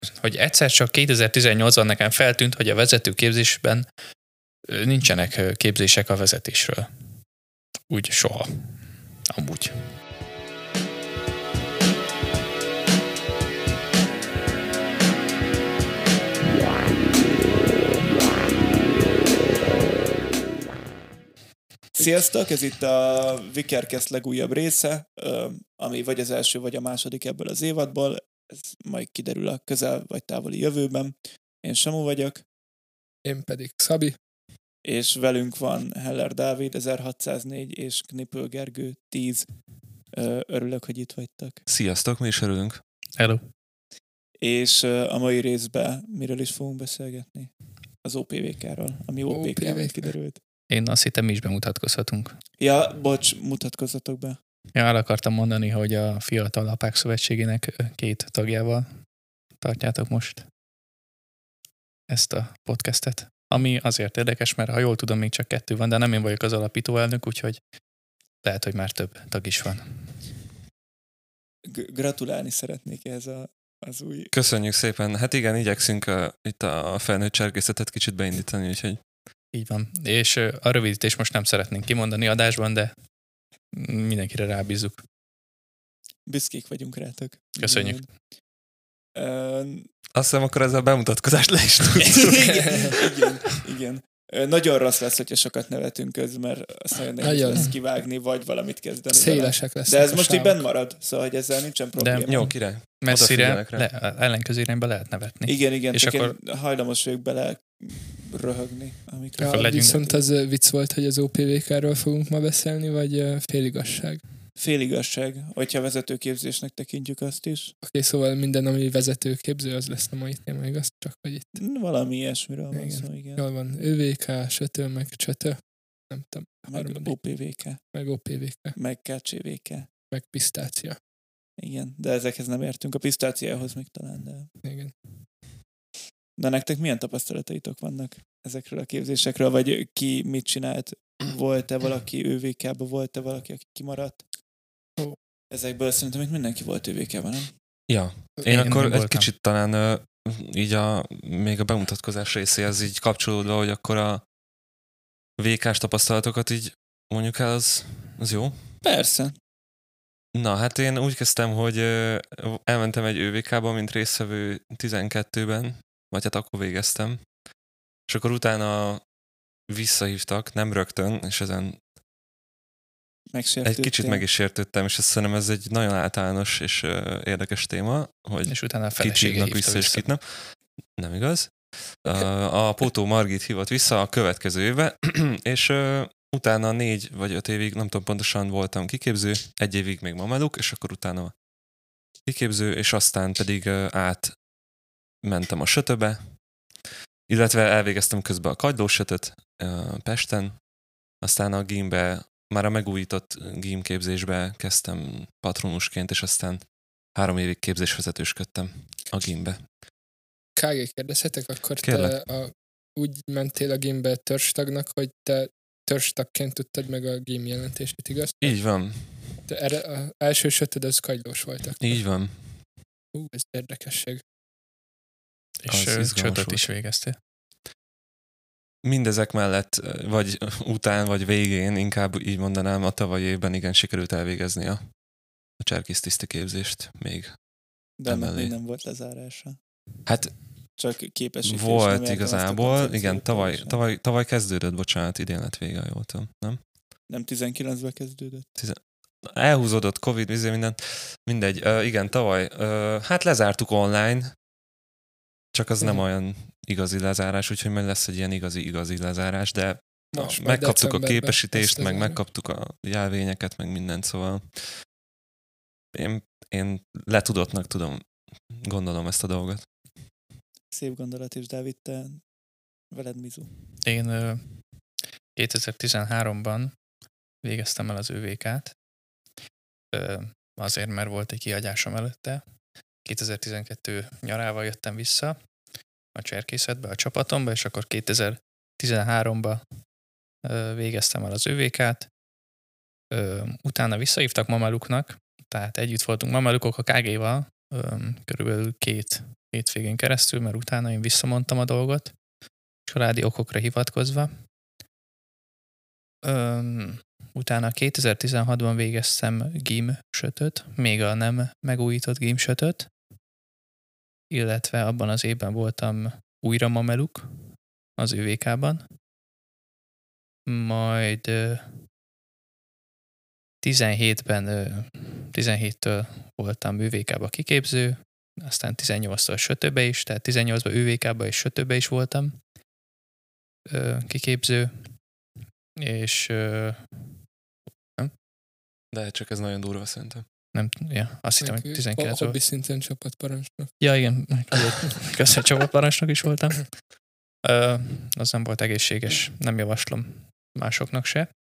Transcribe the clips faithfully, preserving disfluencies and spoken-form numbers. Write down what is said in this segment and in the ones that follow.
hogy egyszer csak kétezer-tizennyolcban nekem feltűnt, hogy a vezetőképzésben nincsenek képzések a vezetésről. Úgy soha. Amúgy. Sziasztok, ez itt a Vikercast legújabb része, ami vagy az első, vagy a második ebből az évadból. Ez majd kiderül a közel vagy távoli jövőben. Én Samu vagyok. Én pedig Szabi. És velünk van Heller Dávid, ezerhatszáznégy és Knipöl Gergő, tíz. Örülök, hogy itt vagytok. Sziasztok, mi is örülünk. Hello. És a mai részben miről is fogunk beszélgetni? Az o pé vé ká-ról, ami o pé ká-vel kiderült. Én azt hittem, mi is bemutatkozhatunk. Ja, bocs, mutatkozzatok be. Ja, el akartam mondani, hogy a Fiatal Apák Szövetségének két tagjával tartjátok most ezt a podcastet. Ami azért érdekes, mert ha jól tudom, még csak kettő van, de nem én vagyok az alapító elnök, úgyhogy lehet, hogy már több tag is van. G- gratulálni szeretnék ez a, az új... Köszönjük szépen. Hát igen, igyekszünk a, itt a felnőtt cserkészetet kicsit beindítani, úgyhogy így van. És a rövidítést most nem szeretnénk kimondani adásban, de mindenkire rábízzuk. Büszkék vagyunk rátok. Köszönjük. Uh, Azt hiszem, akkor ezzel a bemutatkozást le is tudjuk. igen, igen, igen. Nagyon rossz lesz, hogyha sokat nevetünk közben, mert azt nagyon nehéz lesz kivágni, vagy valamit kezdeni. Szélesek lesznek. De ez most így benn marad, szóval hogy ezzel nincsen probléma. De jó, király. Messzire, le, ellenkező irányba lehet nevetni. Igen, igen, és csak akkor... én hajlamos vagyok bele röhögni. Amikor ja, viszont az vicc volt, hogy az o pé vé ká-ról fogunk ma beszélni, vagy féligasság? Féligasság, hogyha vezetőképzésnek tekintjük azt is. Oké, okay, szóval minden, ami vezetőképző, az lesz a mai téma, igaz? Csak hogy itt. Valami ilyesmiről van szó, igen. Jól van, ö vé ká, sötő, meg csötő. Nem tudom. Meg o pé vé ká. Meg o pé vé ká. Meg ká cé vé ká. Meg pisztácia. Igen, de ezekhez nem értünk. A pisztáciához még talán, de... Igen. De nektek milyen tapasztalataitok vannak ezekről a képzésekről, vagy ki mit csinált? Volt-e valaki ö vé ká-ba, volt-e valaki, aki kimaradt? Oh. Ezekből szerintem itt mindenki volt ö vé ká-ban, nem? Ja, én, én akkor egy voltam. Kicsit talán uh, így a, még a bemutatkozás részéhez így kapcsolódva, hogy akkor a vé ká-s tapasztalatokat így mondjuk el, az, az jó? Persze. Na, hát én úgy kezdtem, hogy uh, elmentem egy ö vé ká-ba, mint résztvevő tizenkettőben, vagy hát akkor végeztem, és akkor utána visszahívtak, nem rögtön, és ezen egy kicsit meg is sértődtem, és azt szerintem ez egy nagyon általános és uh, érdekes téma, hogy és utána a kit hívnak vissza, és kit nem. Nem igaz. Uh, a Pótó Margit hívott vissza a következő évben, és uh, utána négy vagy öt évig, nem tudom pontosan, voltam kiképző, egy évig még mameluk, és akkor utána kiképző, és aztán pedig uh, átmentem a sötöbe, illetve elvégeztem közben a kagylósötöt uh, Pesten, aztán a gimbe, már a megújított gim képzésbe kezdtem patronusként, és aztán három évig képzésvezetősködtem a gimbe. ká gé, kérdezhetek, akkor Kérlek. te a, úgy mentél a gimbe törstagnak, hogy te törstagként tudtad meg a gim jelentését, igaz? Így van. De erre az első sötöd az kagylós voltak. Így van. Hú, ez érdekesség. És csötöt is végeztél. Mindezek mellett, vagy után, vagy végén, inkább így mondanám, a tavalyi évben igen sikerült elvégezni a, a cserkésztiszti képzést még. De még nem volt lezárása. Hát csak képesítés. Volt igazából, igen, tavaly, tavaly, tavaly kezdődött, bocsánat, idén lett vége, jól tudom, nem? Nem tizenkilencben kezdődött? Tizen... Elhúzódott Covid, vizé minden. Mindegy, uh, igen, tavaly. Uh, hát lezártuk online, csak az nem olyan igazi lezárás, úgyhogy majd lesz egy ilyen igazi-igazi lezárás, de Most megkaptuk a képesítést, meg megkaptuk a jelvényeket, meg mindent, szóval én, én letudottnak tudom, gondolom ezt a dolgot. Szép gondolat, és Dávid, te veled mizu? Én ö, kétezer-tizenháromban végeztem el az ö vé ká-t, ö, azért, mert volt egy kihagyásom előtte. kétezer-tizenkettő nyarával jöttem vissza a cserkészetbe, a csapatomba, és akkor kétezer-tizenháromban ö, végeztem el az ö vé ká-t. Ö, utána visszahívtak Mameluknak, tehát együtt voltunk Mamelukok a ká géval, ö, körülbelül két hétvégén keresztül, mert utána én visszamondtam a dolgot, családi okokra hivatkozva. Öm, utána kétezer-tizenhatban végeztem gím-sötöt, még a nem megújított gím-sötöt, illetve abban az évben voltam újra mameluk az ő vé ká-ban. Majd tizenhétben, tizenhéttől voltam ő vé ká-ba kiképző, aztán tizennyolctól sötőbe is, tehát tizennyolcban ő vé ká-ba és sötőbe is voltam kiképző, és nem? De csak ez nagyon durva szerintem. Nem, ja, azt hittem, hogy tizenkilenc volt. Hobbi szinten csapatparancsnok. Ja, igen. Köszönöm, csapatparancsnok is voltam. Ö, az nem volt egészséges. Nem javaslom másoknak se.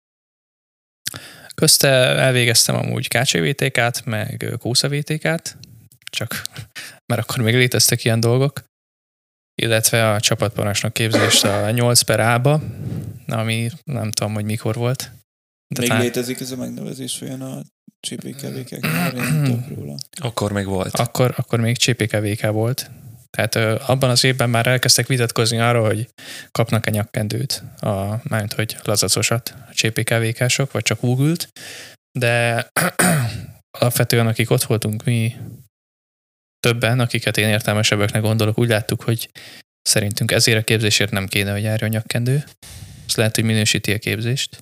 Közte elvégeztem amúgy ká cé vé té ká-t, meg Kósza vé té ká-t, csak mert akkor még léteztek ilyen dolgok, illetve a csapatparancsnok képzést a nyolc per á-ba, ami nem tudom, hogy mikor volt. De még tá... létezik ez a megnevezés olyan a cé pé ká vé ká-knál, nem tudok róla. Akkor még volt. Akkor, akkor még cé pé ká vé ká volt. Tehát ö, abban az évben már elkezdtek vitatkozni arról, hogy kapnak-e nyakkendőt, a, mármint hogy lazacosat a cé pé ká vé ká-sok, vagy csak Google-t, de alapvetően akik ott voltunk mi többen, akiket én értelmesebbeknek gondolok, úgy láttuk, hogy szerintünk ezért a képzésért nem kéne, hogy járjon nyakkendő. Ez lehet, hogy minősíti a képzést.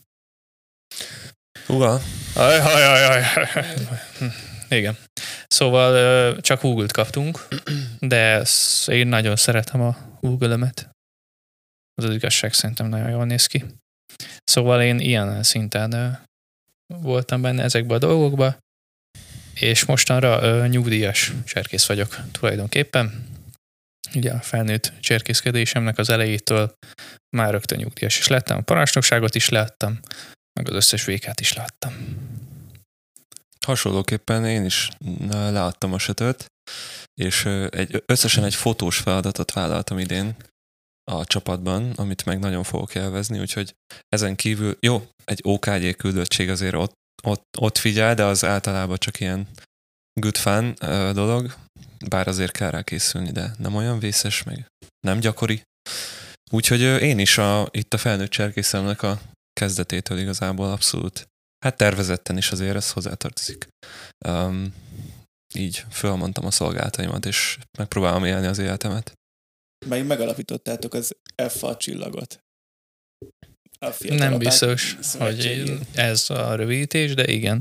Uga. Aj, aj, aj, aj. Igen. Szóval csak Google-t kaptunk, de én nagyon szeretem a Google-ömet. Az az igazság szerintem nagyon jól néz ki. Szóval én ilyen szinten voltam benne ezekbe a dolgokba, és mostanra nyugdíjas cserkész vagyok tulajdonképpen. Ugye a felnőtt cserkészkedésemnek az elejétől már rögtön nyugdíjas is lettem. A parancsnokságot is leadtam, meg az összes vé ká-t is leadtam. Hasonlóképpen én is leadtam a sötöt, és egy, összesen egy fotós feladatot vállaltam idén a csapatban, amit meg nagyon fogok élvezni, úgyhogy ezen kívül, jó, egy ó ká gé küldöttség azért ott, ott, ott figyel, de az általában csak ilyen good fun dolog, bár azért kell rá készülni, de nem olyan vészes, meg nem gyakori. Úgyhogy én is a, itt a felnőtt cserkészemnek a kezdetétől igazából abszolút, hát tervezetten is azért ez hozzátartozik. Um, így fölmondtam a szolgálataimat, és megpróbálom élni az életemet. Meg megalapítottátok az ef á csillagot. Nem biztos, hogy ez a rövidítés, de igen.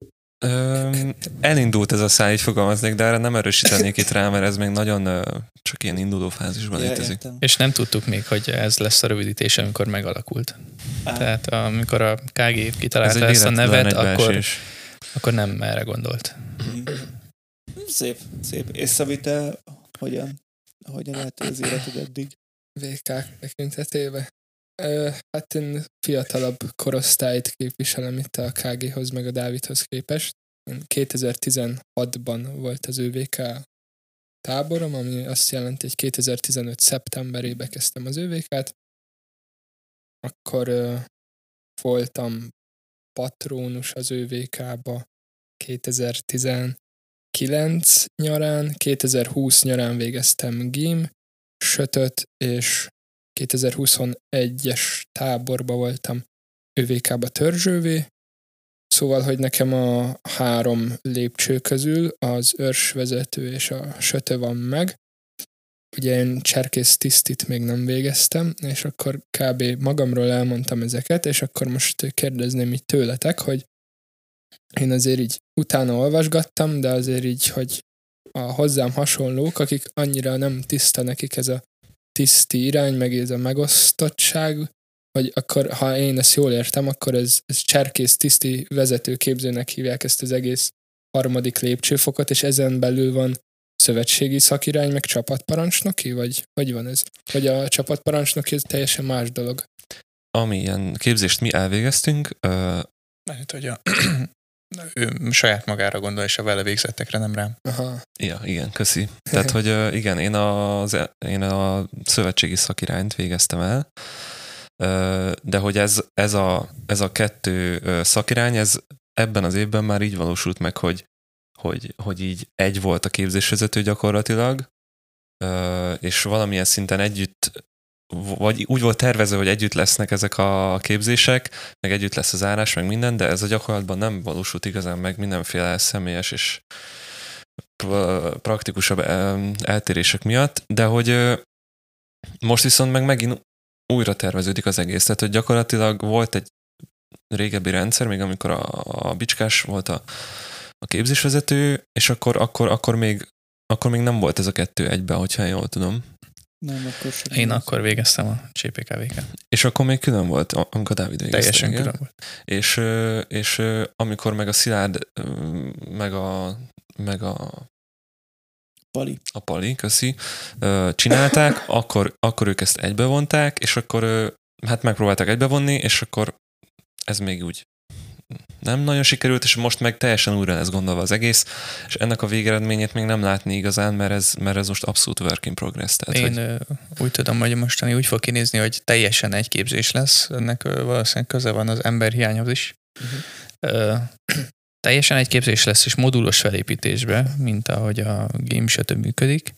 Öm, elindult ez a száj, így fogalmaznék, de erre nem erősítenék itt rá, mert ez még nagyon ö, csak ilyen induló fázisban ja, létezik. Értem. És nem tudtuk még, hogy ez lesz a rövidítés, amikor megalakult. Ah. Tehát amikor a ká gé kitalálta ezt a nevet, akkor, akkor nem erre gondolt. Szép, szép. És Szabi, te hogyan, hogyan lehet az életed eddig? vé ká tekintetében. Hát én fiatalabb korosztályt képviselem itt a ká géhoz, meg a Dávidhoz képest. kétezer-tizenhatban volt az ő vé ká táborom, ami azt jelenti, hogy kétezer-tizenöt szeptemberében kezdtem az ő vé ká-t. Akkor uh, voltam patrónus az ő vé ká-ba kétezer-tizenkilenc nyarán, kétezer-húsz nyarán végeztem gím, sötöt, és kétezer-huszonegyes táborba voltam ő vé ká-ba törzsővé, szóval, hogy nekem a három lépcső közül az őrsvezető és a sötő van meg. Ugye én cserkész tisztit még nem végeztem, és akkor kb. Magamról elmondtam ezeket, és akkor most kérdezném így tőletek, hogy én azért így utána olvasgattam, de azért így, hogy a hozzám hasonlók, akik annyira nem tiszta nekik ez a tiszti irány, meg ez a megosztottság, hogy akkor, ha én ezt jól értem, akkor ez, ez cserkész tiszti vezetőképzőnek hívják ezt az egész harmadik lépcsőfokot, és ezen belül van szövetségi szakirány, meg csapatparancsnoki, vagy hogy van ez? Vagy a csapatparancsnoki ez teljesen más dolog? Amilyen képzést mi elvégeztünk, uh... lehet, hogy a ő saját magára gondol, és a vele végzettekre nem rám. Aha. Ja, igen, köszi. Tehát, hogy uh, igen, én a, én a szövetségi szakirányt végeztem el, uh, de hogy ez, ez, a, ez a kettő uh, szakirány, ez ebben az évben már így valósult meg, hogy, hogy, hogy így egy volt a képzésvezető gyakorlatilag, és valamilyen szinten együtt, vagy úgy volt tervezve, hogy együtt lesznek ezek a képzések, meg együtt lesz az árás, meg minden, de ez a gyakorlatban nem valósult igazán meg mindenféle személyes és praktikusabb eltérések miatt, de hogy most viszont meg megint újra terveződik az egész. Tehát, hogy gyakorlatilag volt egy régebbi rendszer, még amikor a, a Bicskás volt a, a képzésvezető, és akkor, akkor, akkor, még, akkor még nem volt ez a kettő egyben, hogyha jól tudom. Nem, akkor sem. Én akkor végeztem a cé pé ká vé ká. És akkor még külön volt, amikor Dávid végezte. Teljesen igen? külön volt. És, és amikor meg a Szilárd, meg a, meg a Pali. A Pali, köszi, csinálták, akkor, akkor ők ezt egybevonták, és akkor hát megpróbálták egybevonni, és akkor ez még úgy nem nagyon sikerült, és most meg teljesen újra lesz gondolva az egész, és ennek a végeredményét még nem látni igazán, mert ez, mert ez most abszolút work in progress. Tehát, Én hogy... úgy tudom, hogy mostani úgy fog kinézni, hogy teljesen egy képzés lesz, ennek valószínűleg köze van az emberhiányhoz is. Uh-huh. Teljesen egy képzés lesz, és modulos felépítésbe, mint ahogy a Game Shuttle működik,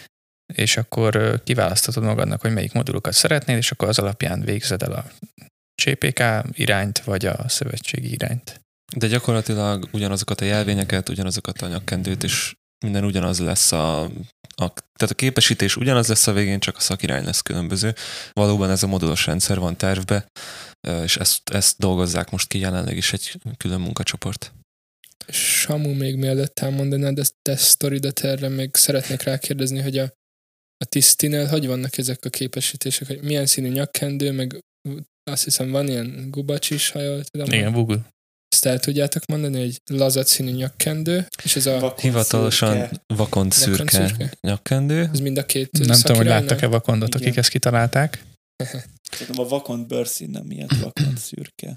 és akkor kiválasztatod magadnak, hogy melyik modulokat szeretnél, és akkor az alapján végzed el a cé pé ká irányt, vagy a szövetségi irányt. De gyakorlatilag ugyanazokat a jelvényeket, ugyanazokat a nyakkendőt, és minden ugyanaz lesz a, a... Tehát a képesítés ugyanaz lesz a végén, csak a szakirány lesz különböző. Valóban ez a modulos rendszer van tervbe, és ezt, ezt dolgozzák most ki jelenleg is egy külön munkacsoport. Samu, még mielőtt elmondanád ezt a sztoridat erre, még szeretnék rákérdezni, hogy a, a tisztinél hogy vannak ezek a képesítések, hogy milyen színű nyakkendő, meg azt hiszem van ilyen gubacs is, ha jól tudom. Igen, Google. Ezt el tudjátok mondani, hogy lazat színű nyakkendő, és ez a... Vakond hivatalosan szürke. vakond szürke, Vakond szürke nyakkendő. Ez mind a két Nem tudom, hogy szakiránynál? láttak-e vakondot, akik Igen. ezt kitalálták. Szerintem a vakond bőrszín nem ilyet, vakond szürke.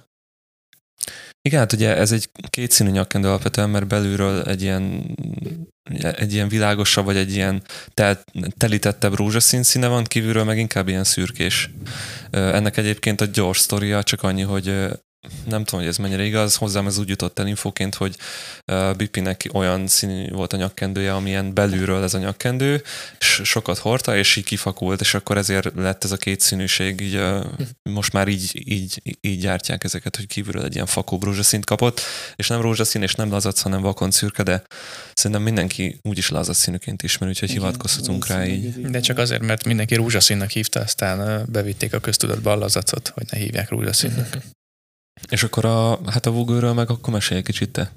Igen, hát ugye ez egy kétszínű nyakkendő alapvetően, mert belülről egy ilyen, egy ilyen világosabb, vagy egy ilyen tel, telítettebb rózsaszín színe van, kívülről meg inkább ilyen szürkés. Ennek egyébként a gyors sztoria csak annyi, hogy nem tudom, hogy ez mennyire igaz, hozzám ez úgy jutott el infóként, hogy uh, Bipinek olyan színű volt a nyakkendője, amilyen belülről ez a nyakkendő, és sokat hordta, és így kifakult, és akkor ezért lett ez a kétszínűség, így, uh, most már így, így, így gyártják ezeket, hogy kívülről egy ilyen fakóbb rózsaszínt kapott, és nem rózsaszín, és nem lazac, hanem vakond szürke, de szerintem mindenki úgyis lazac színűként ismer, úgyhogy Igen, hivatkozhatunk rá valószínűleg így. ez De csak azért, mert mindenki rózsaszínnak hívta, aztán bevitték a köztudatba a lazacot, hogy ne hívják rózsaszínnak. És akkor a, hát a Google-ről meg akkor mesélj egy kicsit te.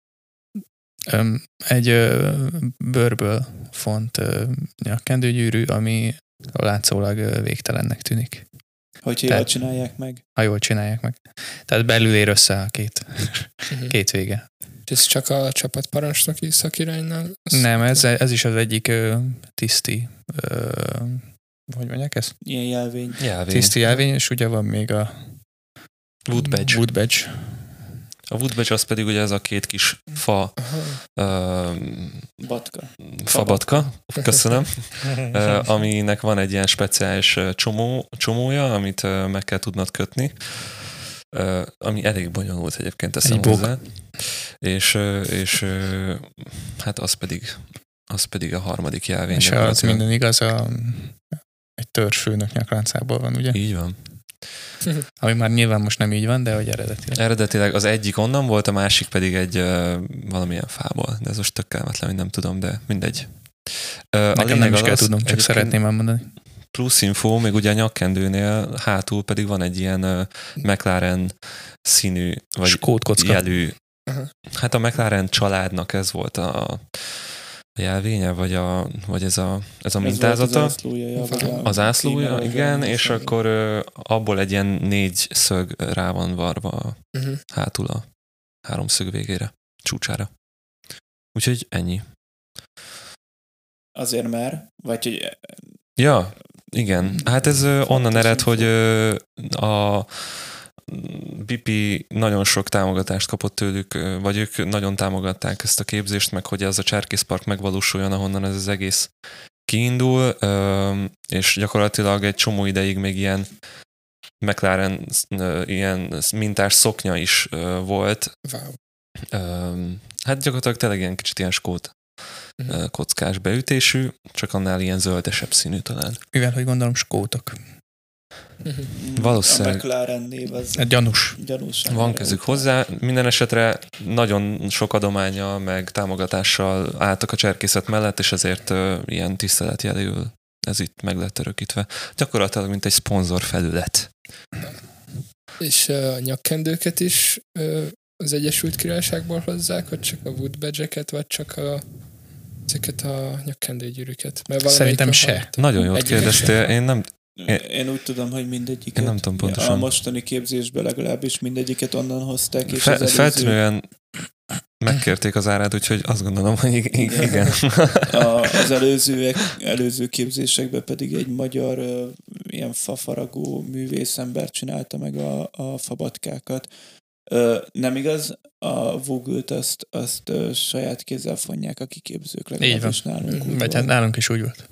Öm, egy ö, bőrből font ö, nyakkendőgyűrű, ami látszólag ö, végtelennek tűnik. Hogy jól Tehát- csinálják meg. Ha jól csinálják meg. Tehát belül ér össze a két, két vége. És ez csak a csapatparancsnoki szakiránynál? Az- Nem, ez, ez is az egyik ö, tiszti, ö, hogy mondják ezt? Ilyen jelvény. Jelvény. Tiszti jelvény, és ugye van még a Wood badge. Wood badge. A wood badge az pedig ugye ez a két kis fa Aha. uh, Batka. fabatka, köszönöm, uh, aminek van egy ilyen speciális uh, csomó, csomója, amit uh, meg kell tudnod kötni, uh, ami elég bonyolult egyébként teszem Egy bog. hozzá. És, uh, és uh, hát az pedig, az pedig a harmadik jelvény. És ha az gyakorlatilag. minden igaz, a, egy törzsfőnök nyakláncából van, ugye? Így van. Ami már nyilván most nem így van, de hogy eredetileg. Eredetileg az egyik onnan volt, a másik pedig egy uh, valamilyen fából, de ez most tök kellemetlen, hogy nem tudom, de mindegy. Uh, Nekem nem is kell tudnom, csak egyébként szeretném elmondani. plusz info, még ugye a nyakkendőnél hátul pedig van egy ilyen uh, McLaren színű, vagy Skót kocka. jelű. Aha. Hát a McLaren családnak ez volt a a jelvénye, vagy, a, vagy ez a, ez a mintázata. Ez volt az ászlója. Ja, vagy a Az ászlója, címe, igen, vagy és valami. akkor ö, abból egy ilyen négy szög rá van varva Uh-huh. hátul a háromszög végére, csúcsára. Úgyhogy ennyi. Azért már, vagy hogy Ja, igen. Hát ez ö, onnan Fontos ered, info. hogy ö, a bé pé nagyon sok támogatást kapott tőlük, ö, vagy ők nagyon támogatták ezt a képzést, meg hogy ez a Cserkészpark megvalósuljon, ahonnan ez az egész kiindul, ö, és gyakorlatilag egy csomó ideig még ilyen McLaren ö, ilyen mintás szoknya is ö, volt. Wow. Ö, hát gyakorlatilag tényleg ilyen kicsit ilyen skót Mhm. kockás beütésű, csak annál ilyen zöldesebb színű talán. Mivel, hogy gondolom, skótok. Mhm. Valószínűleg. A McLaren név az Hát gyanús. gyanús. Van kezük hozzá. Minden esetre nagyon sok adománya, meg támogatással álltak a cserkészet mellett, és ezért uh, ilyen tiszteletjelül ez itt meg lett örökítve. Gyakorlatilag, mint egy szponzor felület. És uh, a nyakkendőket is uh, az Egyesült Királyságból hozzák, vagy csak a Wood Badge-eket, vagy csak a, ezeket a nyakkendőgyűrűket? Mert Szerintem se. hallottam. Nagyon jót Egyiket kérdeztél. sem. Én nem... Én úgy tudom, hogy mindegyiket. Én nem tudom pontosan. A mostani képzésben legalábbis mindegyiket onnan hozták. És Fe, az előző... feltűnően megkérték az árát, úgyhogy azt gondolom, hogy igen. A, az előző, előző képzésekben pedig egy magyar uh, ilyen fafaragó művészember csinálta meg a, a fabatkákat. Uh, nem igaz, a Vogült azt, azt uh, saját kézzel fonják a kiképzők, legalábbis nálunk. úgy Vagy hát volt. nálunk is úgy volt.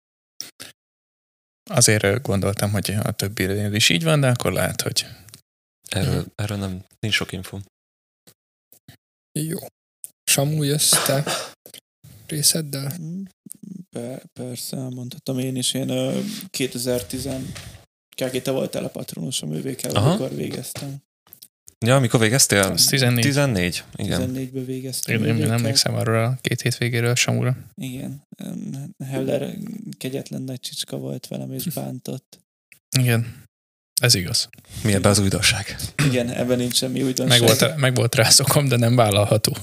Azért gondoltam, hogy a többinél is így van, de akkor lehet, hogy Erről, erről nem, nincs sok infom. Jó. Samu, jössz te részeddel? Per, persze, mondhatom én is. Én uh, kétezer-tíz Káki, te voltál a patronusom művékkel, amikor végeztem. Ja, amikor végeztél? az tizennégy. tizennégy, igen. tizennégyben végeztem. Én nem művékkel. emlékszem arra a két hétvégéről Samura. Igen. Heller kegyetlen nagy csicska volt velem, és bántott. Igen, ez igaz. Mi ebben az újdonság? Igen, ebben nincs semmi Meg újdonság. volt, meg volt rá szokom, de nem vállalható.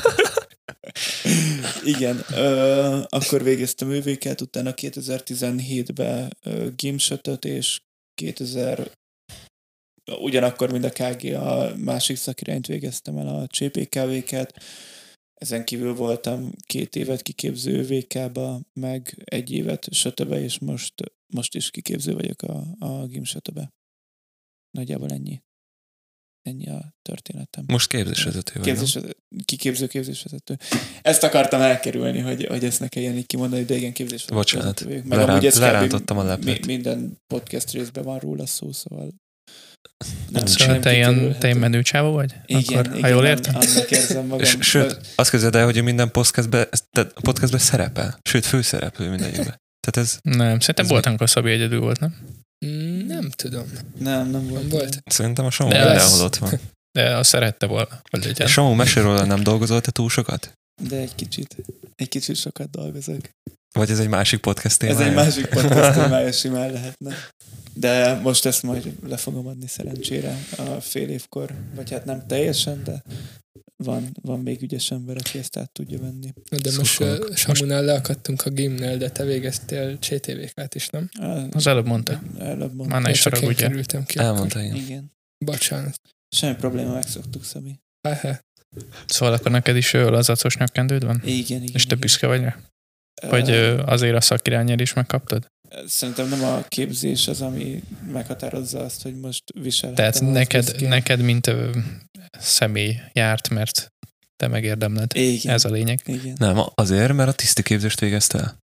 Igen, ö, akkor végeztem művéket, utána kétezer-tizenhétben ö, Gimsötöt, és kétezer ugyanakkor, mint a ká gé, a másik szakirányt végeztem el, a cé pé ká vé-ket. Ezen kívül voltam két évet kiképző vé ká-ba, meg egy évet Sötöbe, és most, most is kiképző vagyok a, a Gimsötöbe. Nagyjából ennyi. Ennyi a történetem. Most képzésvezető vagy, Képzés, kiképző képzésvezető. Ezt akartam elkerülni, hogy, hogy ezt ne kelljen így kimondani, de igen, képzésvezető. Bocsánat, vagyok. Leránt, amúgy ez lerántottam kb. a leplet. Mi, minden podcast részben van róla szó, szóval... Nem, Szóval te ilyen, kikerülhető. te ilyen menő csávó vagy? Igen, Akkor, igen, ha jól an- értem? annak érzem magam. És, sőt, azt képzeld el, hogy minden podcastben, tehát a podcastben szerepel. Sőt, főszereplő mindegyikben. Tehát ez Nem, szerintem Ez volt, mi? amikor Szabi egyedül volt, nem? Mm, nem tudom. Nem, nem volt. Nem volt. szerintem a Samu De mindenhol ez- ott van. De azt szerette volna, hogy legyen. És Samu, mesél róla, nem dolgozol te túl sokat? De egy kicsit. Egy kicsit sokat dolgozok. Vagy ez egy másik podcast Ez témája? egy másik podcast témája simán lehetne. De most ezt majd le fogom adni szerencsére a fél évkor. Vagy hát nem teljesen, de van, van még ügyes ember, aki ezt át tudja venni. De most Szurkolok. uh, Samunál leakadtunk a gimnél, de te végeztél cé té vé ká-t is, nem? Az előbb mondta. Előbb mondtam. Már ne Én is csak én haragudjál. kerültem ki. Elmondta, igen. Igen. Bocsánat. Semmi probléma, megszoktuk, Szabi. Aha. Szóval akkor neked is ö, lazacos nyakkendőd van? Igen, igen. És te igen. büszke vagy rá? Ö, Vagy ö, azért a szakirányért is megkaptad? Szerintem nem a képzés az, ami meghatározza azt, hogy most viselhetem. Tehát neked, neked mint ö, személy járt, mert te megérdemled. Igen. Ez a lényeg. Igen. Nem, azért, mert a tiszti képzést végeztél.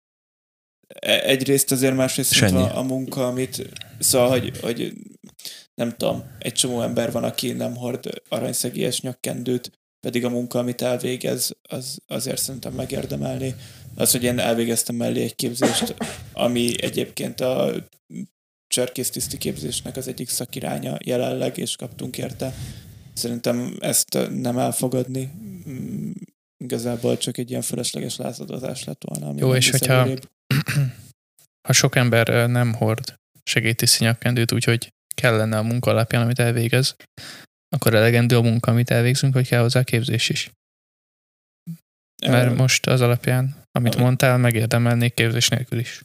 E- Egyrészt azért, másrészt És itt van ennyi. a munka, amit szóval, hogy, hogy nem tudom, egy csomó ember van, aki nem hord aranyszegélyes nyakkendőt, pedig a munka, amit elvégez, az azért szerintem megérdemelni. Az, hogy én elvégeztem mellé egy képzést, ami egyébként a cserkésztiszti képzésnek az egyik szakiránya jelenleg, és kaptunk érte. Szerintem ezt nem elfogadni. Mm, Igazából csak egy ilyen fölösleges lázadozás lett volna. ami Jó, nem és visz hogyha előrébb. ha sok ember ö, nem hord segédtiszti nyakkendőt, úgyhogy kellene a munka alapján, amit elvégez, akkor elegendő a munka, amit elvégzünk, hogy kell hozzá képzés is. Mert Ö, most az alapján, amit Ami- mondtál, megérdemelnék képzés nélkül is.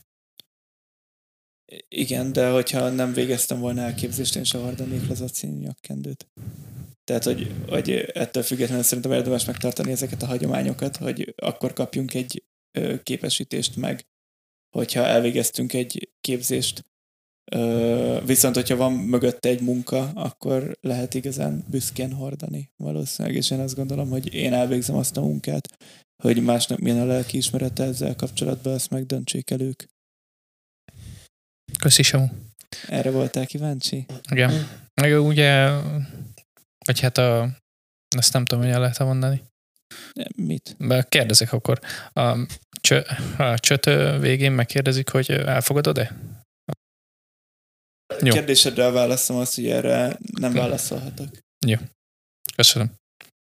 Igen, de hogyha nem végeztem volna elképzést, én sem hordanék lazacín nyakkendőt. Tehát, hogy, hogy ettől függetlenül szerintem érdemes megtartani ezeket a hagyományokat, hogy akkor kapjunk egy ö, képesítést meg, hogyha elvégeztünk egy képzést. Ö, viszont, hogyha van mögötte egy munka, akkor lehet igazán büszkén hordani valószínűleg, és én azt gondolom, hogy én elvégzem azt a munkát, hogy másnak milyen a lelkiismerete ezzel kapcsolatban, azt megdöntsék el ők. Köszi, Samu. Erre voltál kíváncsi? Igen. Meg ugye, vagy hát a, ezt nem tudom, hogy el lehet mondani. Mit? Be kérdezek akkor. A, csö, a csöt végén megkérdezik, hogy elfogadod-e? Jó. Kérdésedre a válaszom az, hogy erre nem válaszolhatok. Jó. Köszönöm.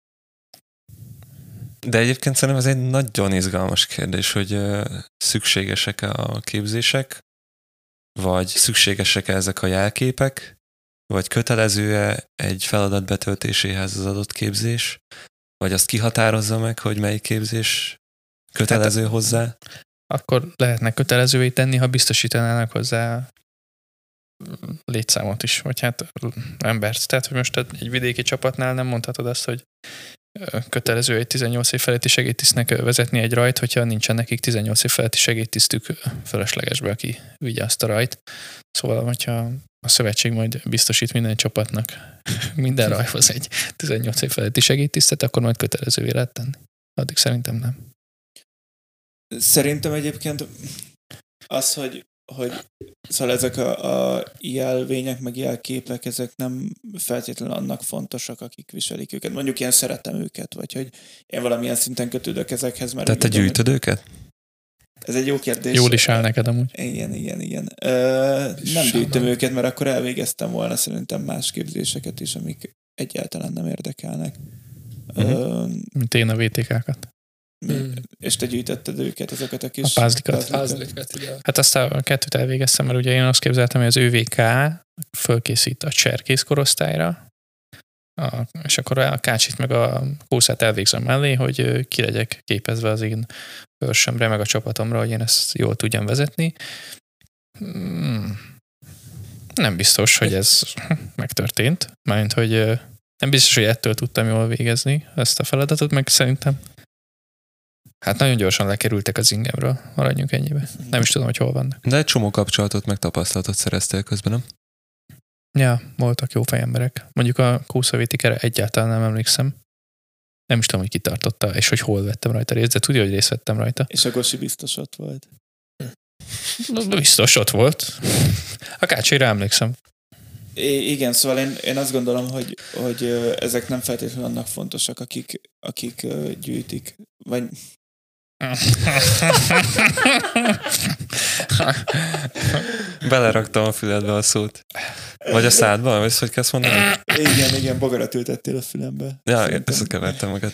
De egyébként szerintem ez egy nagyon izgalmas kérdés, hogy szükségesek-e a képzések, vagy szükségesek-e ezek a jelképek, vagy kötelező-e egy feladat betöltéséhez az adott képzés, vagy azt kihatározza meg, hogy melyik képzés kötelező hát, hozzá? Akkor lehetne kötelezővé tenni, ha biztosítanának hozzá létszámot is, vagy hát embert. Tehát, hogy most egy vidéki csapatnál nem mondhatod azt, hogy kötelező egy tizennyolc év feletti segédtisztnek vezetni egy rajt, hogyha nincsen nekik tizennyolc év feletti segédtisztük fölöslegesbe, aki vigye azt a rajt. Szóval, hogyha a szövetség majd biztosít minden csapatnak minden rajhoz egy tizennyolc év feletti segédtisztet, akkor majd kötelezővé lehet tenni. Addig szerintem nem. Szerintem egyébként az, hogy, hogy szóval ezek a, a jelvények, meg jelképek, ezek nem feltétlenül annak fontosak, akik viselik őket. Mondjuk ilyen szeretem őket, vagy hogy én valamilyen szinten kötődök ezekhez. Mert tehát te gyűjtöd hogy... őket? Ez egy jó kérdés. Jól is áll neked amúgy. Igen, igen, igen. Ö, nem gyűjtöm őket, mert akkor elvégeztem volna szerintem más képzéseket is, amik egyáltalán nem érdekelnek. Uh-huh. Mint én a vé té ká-kat. Hmm. És te gyűjtötted őket, ezeket a kis... A pázlikat. pázlikat igen. Hát azt a kettőt elvégeztem, mert ugye én azt képzeltem, hogy az ö vé ká fölkészít a cserkész korosztályra, a, és akkor a kácsit meg a kószát elvégzem mellé, hogy ki legyek képezve az én őrsömre, meg a csapatomra, hogy én ezt jól tudjam vezetni. Hmm. Nem biztos, hogy ez megtörtént. Mármint, hogy nem biztos, hogy ettől tudtam jól végezni ezt a feladatot, meg szerintem hát nagyon gyorsan lekerültek az ingemről, maradjunk ennyibe. Nem is tudom, hogy hol vannak. De egy csomó kapcsolatot, meg tapasztalatot szereztél közben, nem? Ja, voltak jó fejemberek. Mondjuk a kószavétikere egyáltalán nem emlékszem. Nem is tudom, hogy kitartotta, és hogy hol vettem rajta részt, de tudja, hogy részt vettem rajta. És a Gosi biztos ott volt. Biztos ott volt. A kácsira emlékszem. I- igen, szóval én, én azt gondolom, hogy, hogy ezek nem feltétlenül annak fontosak, akik, akik gyűjtik. Vagy... Beleraktam a füledbe a szót. Vagy a szádba, vagy hogy kezd mondani? Igen, igen, bogarat ültettél a fülembe. Ja, összekevertem magad.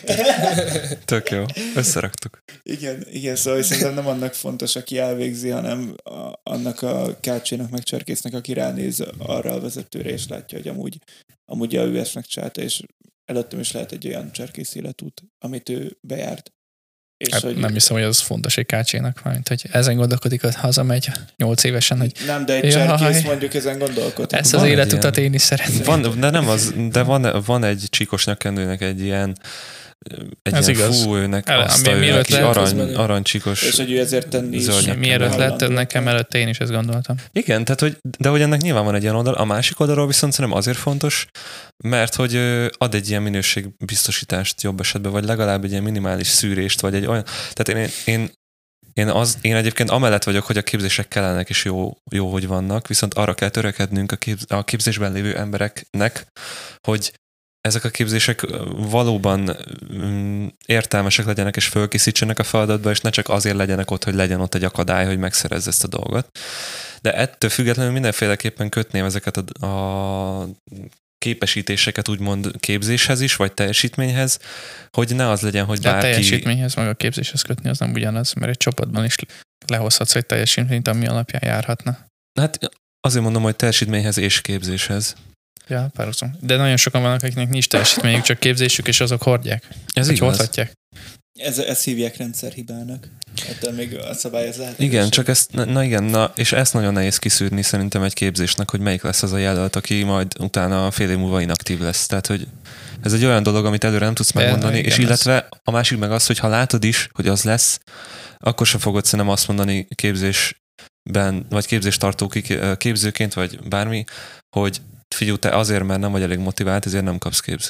Tök jó, összeraktuk. Igen, igen, szóval szerintem nem annak fontos, aki elvégzi, hanem a, annak a kácsénak, meg cserkésznek, aki ránéz arra a vezetőre, és látja, hogy amúgy, amúgy ő ezt megcsinálta, és előttem is lehet egy olyan cserkész életút, amit ő bejárt. És hát hogy... Nem hiszem, hogy az fontos egy kácsénak, mint hogy ezen gondolkodik, hogy hazamegy nyolc évesen, hogy... Nem, de egy cserkész mondjuk ezen gondolkodik. Ezt az van életutat én is szeretném. Van, de nem az, de van, van egy csíkos nyakkendőnek egy ilyen egy ez ilyen igaz. Fú, őnek El, azt a őnek arany, aranycsíkos és hogy ő ezért tenni is. Mielőtt lett, nekem előtte én is ezt gondoltam. Igen, tehát hogy, de hogy ennek nyilván van egy ilyen oldal. A másik oldalról viszont szerintem azért fontos, mert hogy ad egy ilyen minőségbiztosítást jobb esetben, vagy legalább egy ilyen minimális szűrést, vagy egy olyan... Tehát én, én, én, az, én egyébként amellett vagyok, hogy a képzések kellenek és jó, jó, hogy vannak, viszont arra kell törekednünk a, képz, a képzésben lévő embereknek, hogy ezek a képzések valóban mm, értelmesek legyenek és fölkészítsenek a feladatba, és ne csak azért legyenek ott, hogy legyen ott egy akadály, hogy megszerezze ezt a dolgot. De ettől függetlenül mindenféleképpen kötném ezeket a, a képesítéseket úgymond képzéshez is, vagy teljesítményhez, hogy ne az legyen, hogy bárki... De a teljesítményhez, meg a képzéshez kötni az nem ugyanaz, mert egy csapatban is lehozhatsz egy teljesítményt, ami alapján járhatna. Hát azért mondom, hogy teljesítményhez és képzéshez. Ja, párhuzam. De nagyon sokan vannak, akiknek nincs teljesítményük, csak képzésük, és azok hordják. Ez így hordhatják. Ez, ezt hívják rendszerhibának. Ettől még a szabály ez lehet. Igen, csak ezt, na igen, na, és ezt nagyon nehéz kiszűrni szerintem egy képzésnek, hogy melyik lesz az a jelölt, aki majd utána fél év múlva inaktív lesz. Tehát, hogy ez egy olyan dolog, amit előre nem tudsz De, megmondani, és illetve a másik meg az, hogy ha látod is, hogy az lesz, akkor sem fogod szerintem azt mondani képzésben, vagy képzéstartó képzőként, vagy bármi, hogy figyelj, te azért, mert nem vagy elég motivált, ezért nem kapsz képz...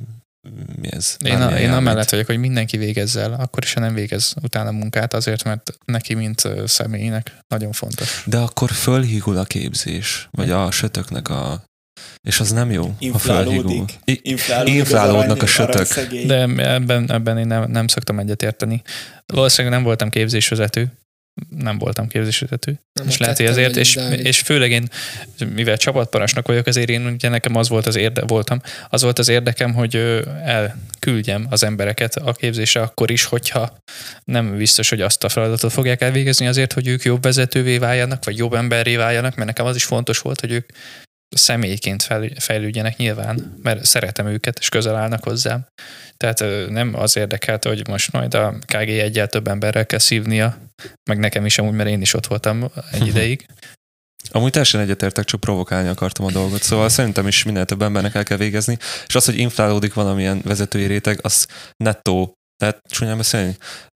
Mi ez? Én, a, én amellett vagyok, hogy mindenki végezz el, akkor is, ha nem végez utána munkát, azért, mert neki, mint személynek nagyon fontos. De akkor fölhígul a képzés, vagy a sötöknek a És az nem jó, Inflálódik. I- Inflálódik inflálódnak az a arany, sötök. arany De ebben, ebben én nem, nem szoktam egyetérteni. Valószínűleg nem voltam képzésvezető, nem voltam képzésvezető, Nem, és a lehet, hogy tettem ezért, vagy, és, Dávid. és főleg én, mivel csapatparancsnok vagyok, azért én ugye nekem az volt az érde, voltam, az volt az érdekem, hogy ö, elküldjem az embereket a képzésre akkor is, hogyha nem biztos, hogy azt a feladatot fogják elvégezni azért, hogy ők jobb vezetővé váljanak, vagy jobb emberré váljanak, mert nekem az is fontos volt, hogy ők személyként fel- fejlődjenek nyilván, mert szeretem őket, és közel állnak hozzám. Tehát ö, nem az érdekelt, hogy most majd a ká gé egyel több emberrel kell szívnia, meg nekem is amúgy, mert én is ott voltam egy ideig. Amúgy teljesen egyetértek, csak provokálni akartam a dolgot. Szóval szerintem is minél több embernek el kell végezni, és az, hogy inflálódik valamilyen vezetői réteg, az nettó, tehát csúnyán beszélni,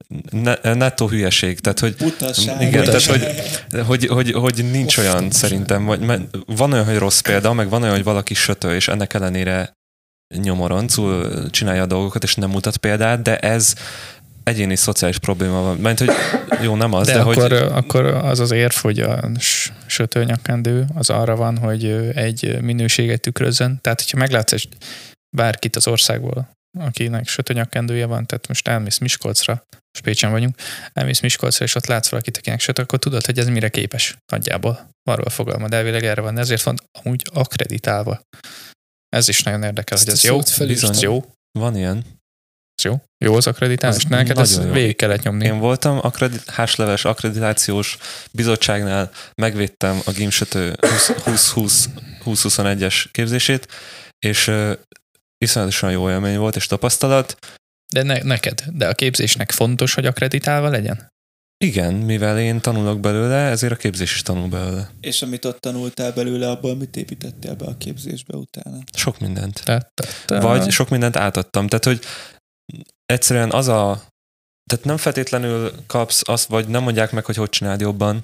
ne, nettó hülyeség. Tehát, hogy Butaság. igen, tehát, Butaság. hogy, hogy, hogy, hogy nincs olyan szerintem, vagy, mert van olyan, hogy rossz példa, meg van olyan, hogy valaki sötő, és ennek ellenére nyomoroncul csinálja a dolgokat, és nem mutat példát, de ez egyéni szociális probléma van. Mert hogy jó, nem az, De, de, de hogy... akkor, akkor az az érv, hogy a s- sötőnyakkendő az arra van, hogy egy minőséget tükrözzön. Tehát, hogyha meglátsz egy bárkit az országból, akinek sötőnyakkendője van, tehát most elmész Miskolcra, most Pécsen vagyunk, elmész Miskolcra, és ott látsz valakit, akinek sötő, akkor tudod, hogy ez mire képes nagyjából. Arról fogalmad, elvileg erre van. Ezért van amúgy akkreditálva. Ez is nagyon érdekel, Ezt hogy ez a jó, szót felírtam. ez jó, Van ilyen. ez jó, jó az akkreditálás. Az Neked ezt nagyon jó. végig kellett nyomni. Én voltam akkredit- hásleves akkreditációs bizottságnál, megvédtem a Gimsötő húsz huszonegyes képzését, és uh, iszonyatosan jó élmény volt, és tapasztalat. De ne, neked, de a képzésnek fontos, hogy akkreditálva legyen? Igen, mivel én tanulok belőle, ezért a képzés is tanul belőle. És amit ott tanultál belőle, abból mit építettél be a képzésbe utána? Sok mindent. Te, te, te. Vagy sok mindent átadtam. Tehát, hogy egyszerűen az a... Tehát nem feltétlenül kapsz azt, vagy nem mondják meg, hogy hogy csináld jobban,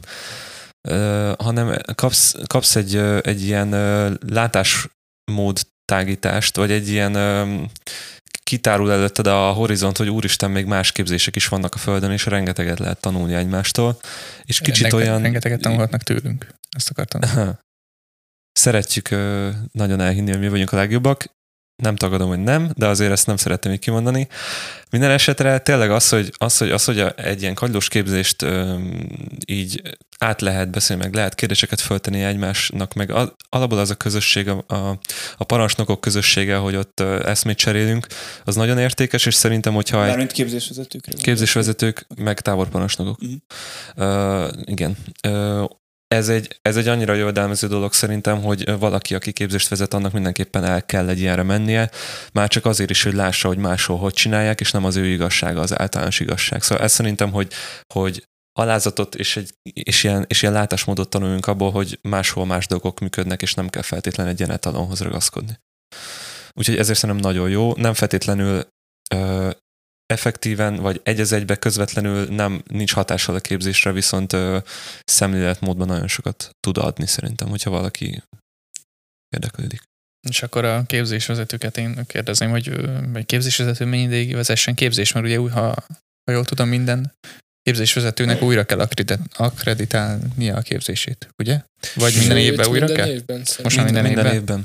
uh, hanem kapsz, kapsz egy, uh, egy ilyen uh, látásmód tágítást, vagy egy ilyen um, kitárul előtted a horizont, hogy úristen, még más képzések is vannak a Földön, és rengeteget lehet tanulni egymástól. És kicsit Rengeteg- olyan... Rengeteget tanulhatnak tőlünk. Ezt akartam. Szeretjük uh, nagyon elhinni, hogy mi vagyunk a legjobbak. Nem tagadom, hogy nem, de azért ezt nem szerettem így kimondani. Minden esetre tényleg az, hogy, az, hogy, az, hogy a, egy ilyen kagylós képzést öm, így át lehet beszélni, meg lehet kérdéseket föltenni egymásnak, meg a, alapból az a közösség, a, a, a parancsnokok közössége, hogy ott ö, eszmét cserélünk, az nagyon értékes, és szerintem, hogyha egy Mármint képzésvezetőkre. képzésvezetők, meg táborparancsnokok. Mhm. Uh, igen. Uh, Ez egy, ez egy annyira jövedelmező dolog szerintem, hogy valaki, aki képzést vezet, annak mindenképpen el kell egy ilyenre mennie, már csak azért is, hogy lássa, hogy máshol hogy csinálják, és nem az ő igazsága, az általános igazság. Szóval ez szerintem, hogy, hogy alázatot és, egy, és, ilyen, és ilyen látásmódot tanuljunk abból, hogy máshol más dolgok működnek, és nem kell feltétlenül egy ilyen etalonhoz ragaszkodni. Úgyhogy ezért szerintem nagyon jó, nem feltétlenül ö, effektíven, vagy egy az egybe közvetlenül nem nincs hatással a képzésre, viszont ö, szemléletmódban nagyon sokat tud adni szerintem, hogyha valaki érdeklődik. És akkor a képzésvezetőket én kérdezném, hogy ö, egy képzésvezető mennyi ideig vezessen képzés, mert ugye úgy, ha, ha jól tudom, minden képzésvezetőnek újra kell akkredit- akkreditálnia a képzését, ugye? Vagy minden Sőt, évben újra minden kell? Évben, Most már minden, minden évben? évben.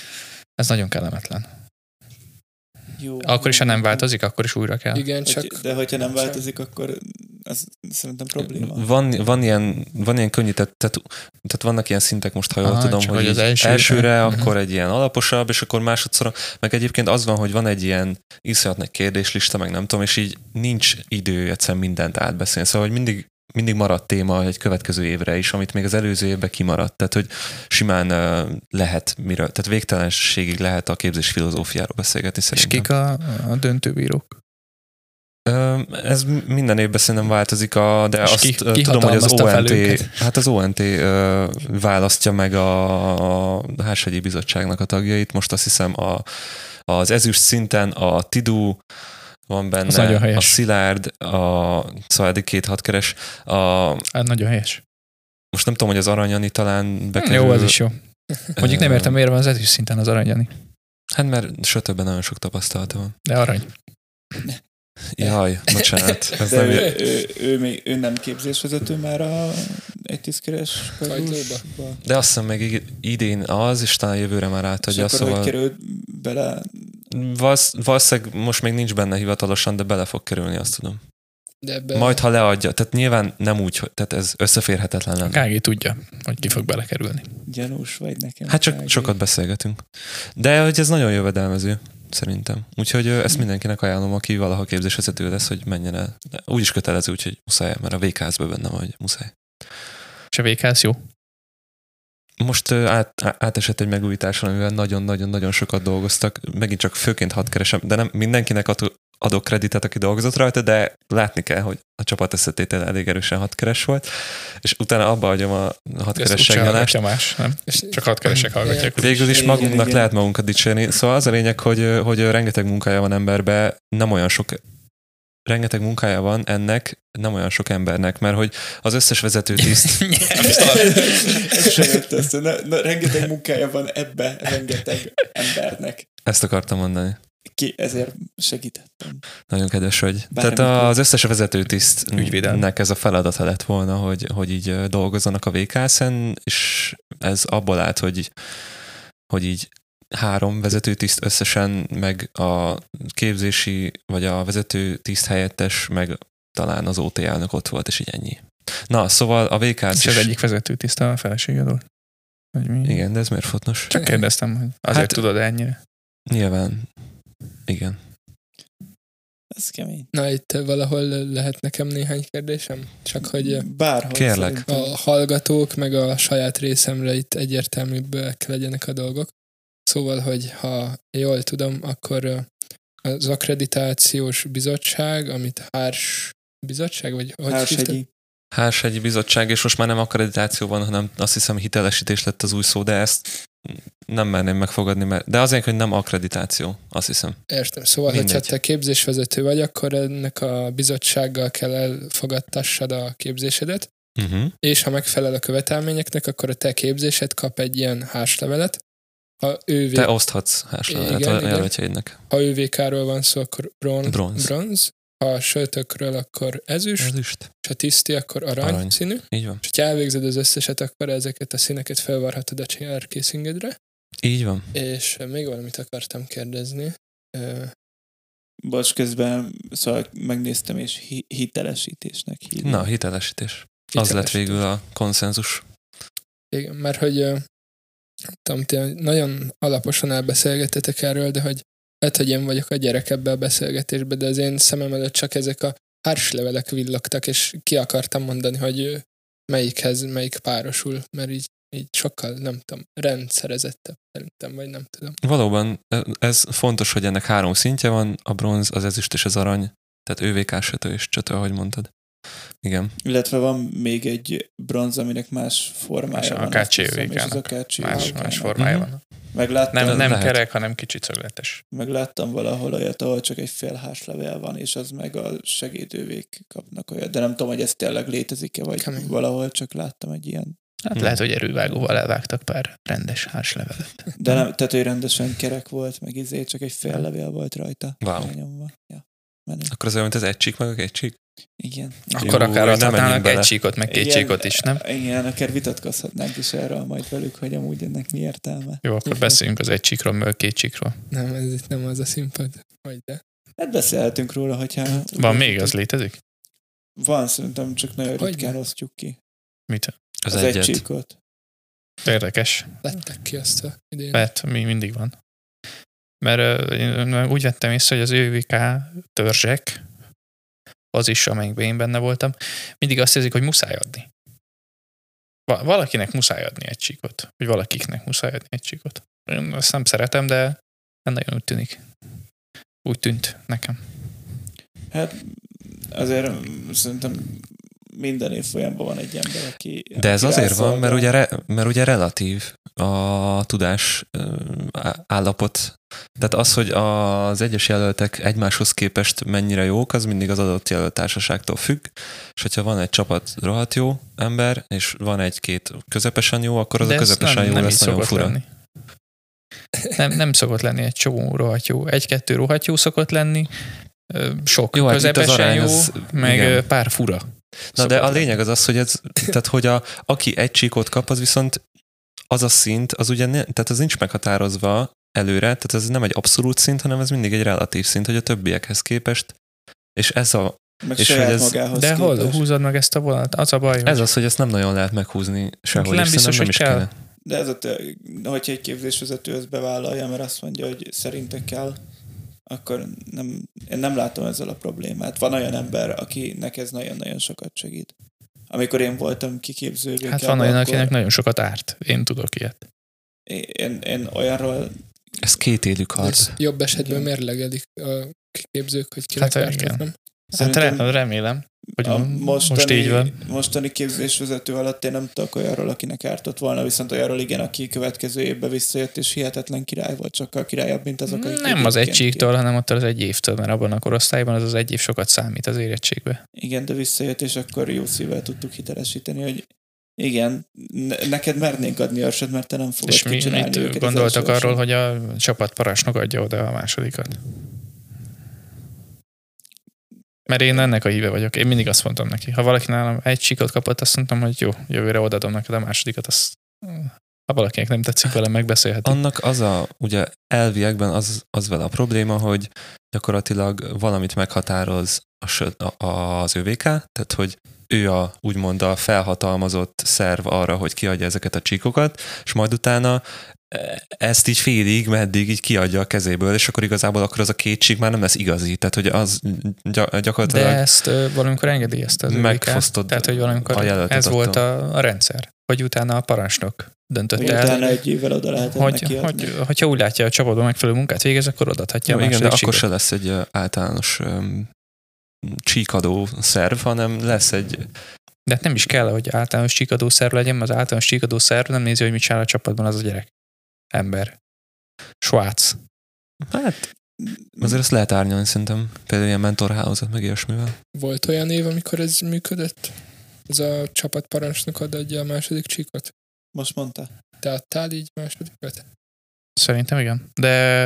Ez nagyon kellemetlen. Jó. Akkor is, ha nem változik, akkor is újra kell. Igen, Hogy, csak... de hogyha nem változik, akkor az szerintem probléma. Van, van, ilyen, van ilyen könnyített, tehát, tehát vannak ilyen szintek most, ha jól Aha, tudom, csak hogy hogy az így első- elsőre, Mhm. akkor egy ilyen alaposabb, és akkor másodszor, meg egyébként az van, hogy van egy ilyen iszonyat nagy kérdéslista, meg nem tudom, és így nincs idő egyszerűen mindent átbeszélni. Szóval, hogy mindig mindig maradt téma egy következő évre is, amit még az előző évben kimaradt. Tehát, hogy simán uh, lehet miről, tehát végtelenségig lehet a képzés filozófiáról beszélgetni És szerintem. kik a, a döntőbírók? Uh, ez minden évben szerintem változik, a, de És azt ki- uh, ki tudom, hogy az hatalmazta o fel en té, őket? hát az o en té uh, választja meg a, a Hársegyi Bizottságnak a tagjait. Most azt hiszem a, az ezüst szinten a Tidú, van Az nagyon benne, helyes. a Szilárd, a, szóval eddig két hatkeres. A, Hát nagyon helyes. most nem tudom, hogy az Aranyani talán bekerül. Jó, az is jó. Mondjuk nem értem, miért van az ezüst szinten az aranyani. Hát mert sötőben nagyon sok tapasztalata van. De arany. Jaj, bocsánat. Ez De nem ő, ő, ő, még, ő nem képzésvezető már a egy tízkeres Kagylóba? De azt hiszem meg idén az, és talán jövőre már átadja. És akkor Szóval hogy került bele? valsz, valószínűleg most még nincs benne hivatalosan, de bele fog kerülni, azt tudom. De ebbe... Majd, ha leadja. Tehát nyilván nem úgy, hogy- tehát ez összeférhetetlen lenne. Kági tudja, hogy ki fog belekerülni. Gyanús vagy nekem. Hát csak Kági. sokat beszélgetünk. De hogy ez nagyon jövedelmező, szerintem. Úgyhogy ö, ezt mindenkinek ajánlom, aki valaha képzésvezető lesz, hogy menjen el. De úgyis kötelező, úgyhogy muszáj, mert a vé ká es-ben benne van, hogy muszáj. És a vé ká es jó? Most ö, át, á- átesett egy megújításon, amivel nagyon-nagyon-nagyon sokat dolgoztak. Megint csak főként hat keresem, de nem mindenkinek adok, adok kreditet, aki dolgozott rajta, de látni kell, hogy a csapat összetétel elég erősen hat keres volt, és utána abba hagyom a hat Ezt keres úgyse seggelást. hallgatja más, nem? Csak hat keresek hallgatják. Végül is Igen, magunknak igen. lehet magunkat dicsérni. Szóval az a lényeg, hogy, hogy rengeteg munkája van emberbe, nem olyan sok rengeteg munkája van ennek, nem olyan sok embernek, mert hogy az összes vezető tiszt Ez se jött össze. Na, na, rengeteg munkája van ebbe, rengeteg embernek. ezt akartam mondani. Ki, ezért segítettem. Nagyon kedves vagy. Bármikor. Tehát az összes vezető Ügyvédel. tisztnek ez a feladata lett volna, hogy, hogy így ö, dolgozzanak a vé ká es-en, és ez abból állt, hogy, hogy így három vezető tiszt összesen, meg a képzési, vagy a vezető tiszt helyettes, meg talán az o té elnök ott volt, és így ennyi. Na, szóval a vé ká es És is... az egyik vezető tiszta a feleséged volt? Vagy mi? Igen, de ez miért fontos? Csak kérdeztem, hogy azért Hát- tudod ennyire. Nyilván. Igen. Ez kemény. Na, itt valahol lehet nekem néhány kérdésem? Csak hogy Bárhol Kérlek. szerintem. a hallgatók, meg a saját részemre itt egyértelműbbek legyenek a dolgok. Szóval, hogy ha jól tudom, akkor ö, az akkreditációs bizottság, amit Hárs bizottság, vagy hogy hívtad? Hárshegyi. Hárshegyi bizottság, és most már nem akkreditáció van, hanem azt hiszem hitelesítés lett az új szó, de ezt nem merném megfogadni, mert, de azért, hogy nem akkreditáció, azt hiszem. Értem. Szóval, Mindegy. hogyha te képzésvezető vagy, akkor ennek a bizottsággal kell elfogadtassad a képzésedet, Uh-huh. és ha megfelel a követelményeknek, akkor a te képzésed kap egy ilyen hárslevelet. Ha ő Te oszthatsz hárslevelet Igen, a igen. jelöltjeidnek. Ha ő vé ká-ról van szó, akkor bron- Bronz. bronz. Ha a söltökről, akkor ezüst. Ezüst. És ha tiszti, akkor arany, Arany. arany színű. Így van. És ha elvégzed az összeset, akkor ezeket a színeket felvarhatod a csillárkészingedre. Így van. És még valamit akartam kérdezni. Ö, Bocs, közben szóval megnéztem, és hi- hitelesítésnek hívják. Na, hitelesítés. Az lett végül a konszenzus. Igen, mert hogy ö, nem tudom, ti nagyon alaposan elbeszélgetetek erről, de hogy lehet, hogy én vagyok a gyerek ebbe a beszélgetésbe, de az én szemem előtt csak ezek a hárslevelek villogtak, és ki akartam mondani, hogy ö, melyikhez melyik párosul, mert így, így sokkal, nem tudom, rendszerezettebb szerintem, vagy nem tudom. Valóban ez fontos, hogy ennek három szintje van, a bronz, az ezüst és az arany, tehát ő vé ká sötő és csötő, ahogy mondtad. Igen. Illetve van még egy bronz, aminek más formája Más a van. azt akácsi hiszem, és az övékának. akácsi Más, övékának. más formája Mhm. van. Megláttam, Nem, nem lehet. kerek, hanem kicsit szögletes. megláttam valahol olyat, ahol csak egy fél hárslevél van, és az meg a segédővék kapnak olyat. De nem tudom, hogy ez tényleg létezik-e, vagy Kemény. valahol csak láttam egy ilyen. Hát Hmm. lehet, hogy erővágóval elvágtak pár rendes hárslevelet. De nem, tehát hogy rendesen kerek volt, meg izé, csak egy fél levél volt rajta. Wow. Elnyomva. Ja. Menő. Akkor az olyan, mint az egy csík, meg a két csík? Igen. Akkor Jó, akár nem adhatnának menjünk bele. egy csíkot, meg két Igen, csíkot is, nem? Igen, akár vitatkozhatnánk is erről majd velük, hogy amúgy ennek mi értelme. Jó, akkor beszéljünk az egy csíkról, meg a két csíkról. Nem, ez itt nem az a színpad. Vagy de. Hát beszélhetünk róla, hogyha... Van még, az létezik? Van, szerintem csak nagyon Hogy ritkán ne? osztjuk ki. Mit? Az, Az egy egyet. csíkot. Érdekes. Lettek ki azt a idén. Mert mi mindig van. Mert ö, én úgy vettem észre, hogy az ő vé ká törzsek, az is, amelyikben én benne voltam, mindig azt érzik, hogy muszáj adni. Va- valakinek muszáj adni egy csíkot. Vagy valakiknek muszáj adni egy csíkot. Én azt nem szeretem, de nem nagyon úgy tűnik. Úgy tűnt nekem. Hát azért szerintem minden évfolyamban van egy ember, aki... De ez aki azért van, rászolgál. mert ugye, re, mert ugye relatív a tudás ö, á- állapot. Tehát az, hogy az egyes jelöltek egymáshoz képest mennyire jók, az mindig az adott jelölt társaságtól függ, és hogyha van egy csapat rohadt jó ember, és van egy-két közepesen jó, akkor az De a ez közepesen jó így lesz nagyon szokott fura. lenni. Nem, nem szokott lenni egy csomó rohadt jó. Egy-kettő rohadt jó szokott lenni, sok jó, hát itt az közepesen arány, jó, az, meg igen. pár fura. Na de a lényeg az az, hogy ez, tehát hogy a, aki egy csíkot kap, az viszont az a szint, az ugye ne, tehát az nincs meghatározva előre, tehát ez nem egy abszolút szint, hanem ez mindig egy relatív szint, hogy a többiekhez képest, és ez a meg és saját hogy ez, magához de hol képest. húzod meg ezt a vonalat? Az a baj, ez az, hogy ezt nem nagyon lehet meghúzni sehol, nem és biztos, nem hogy is kell. kellene. De ez a, hogyha egy képzésvezető ezt bevállalja, mert azt mondja, hogy szerinte kell, akkor nem, én nem látom ezzel a problémát. Van olyan ember, akinek ez nagyon-nagyon sokat segít. Amikor én voltam kiképzővé. Hát van olyan, akinek nagyon sokat árt. Én tudok ilyet. Én, én olyanról... Ez két élük harc. Jobb esetben mérlegelik a kiképzők, hogy kinek Hát, ártott, igen. nem? Hát re- remélem, hogy a most mostani, így van. Mostani képzésvezető alatt én nem tudok olyanról, akinek ártott volna, viszont olyanról igen, aki következő évben visszajött, és hihetetlen király volt, sokkal királyabb, mint azok, akik... Nem az egy egyébként csíktől, hanem ott az egy évtől, mert abban a korosztályban az az egy év sokat számít az érettségbe. Igen, de visszajött, és akkor jó szívvel tudtuk hitelesíteni, hogy igen, ne- neked mernénk adni őrsöt, mert te nem fogod És mi, kicsinálni mit őket az gondoltak első arról, versenyen. hogy a csapatparancsnok adja oda a másodikat? Mert én ennek a híve vagyok. Én mindig azt mondtam neki. Ha valaki nálam egy csíkot kapott, azt mondtam, hogy jó, jövőre odaadom neked a másodikat. Azt, ha valakinek nem tetszik velem, megbeszélheti. Annak az a, ugye elviekben az, az vele a probléma, hogy gyakorlatilag valamit meghatároz a, sö- a, az ö vé ká, tehát hogy ő a, úgymond a felhatalmazott szerv arra, hogy kiadja ezeket a csíkokat, és majd utána ezt így félig, meddig így kiadja a kezéből, és akkor igazából akkor az a két csík már nem lesz igazi, tehát hogy az gy- gyakorlatilag... De ezt ö, valamikor engedélyezte az ö vé ká. Megfosztod Tehát, hogy valamikor a jelöltet ez volt attól. a, a rendszer. Hogy utána a parancsnok döntött Hogy el, utána egy évvel oda lehetett hogy, neki adni. hogy, hogyha úgy látja, hogy a csapatban megfelelő munkát végez, akkor odaadhatja Jó, a igen, de második akkor csíkot. se lesz egy ö, általános um, csíkadó szerv, hanem lesz egy... De hát nem is kell, hogy általános csíkadó szerv legyen, mert az általános csíkadó szerv nem nézi, hogy mit csinál a csapatban az a gyerek. Ember. Svác. Hát azért ezt lehet árnyalni szerintem. Például ilyen mentorhálózat, meg ilyesmivel. Volt olyan év, amikor ez működött? Ez a csapatparancsnok adja a második csíkot? Most mondta. Te adtál így másodikat? Szerintem igen. De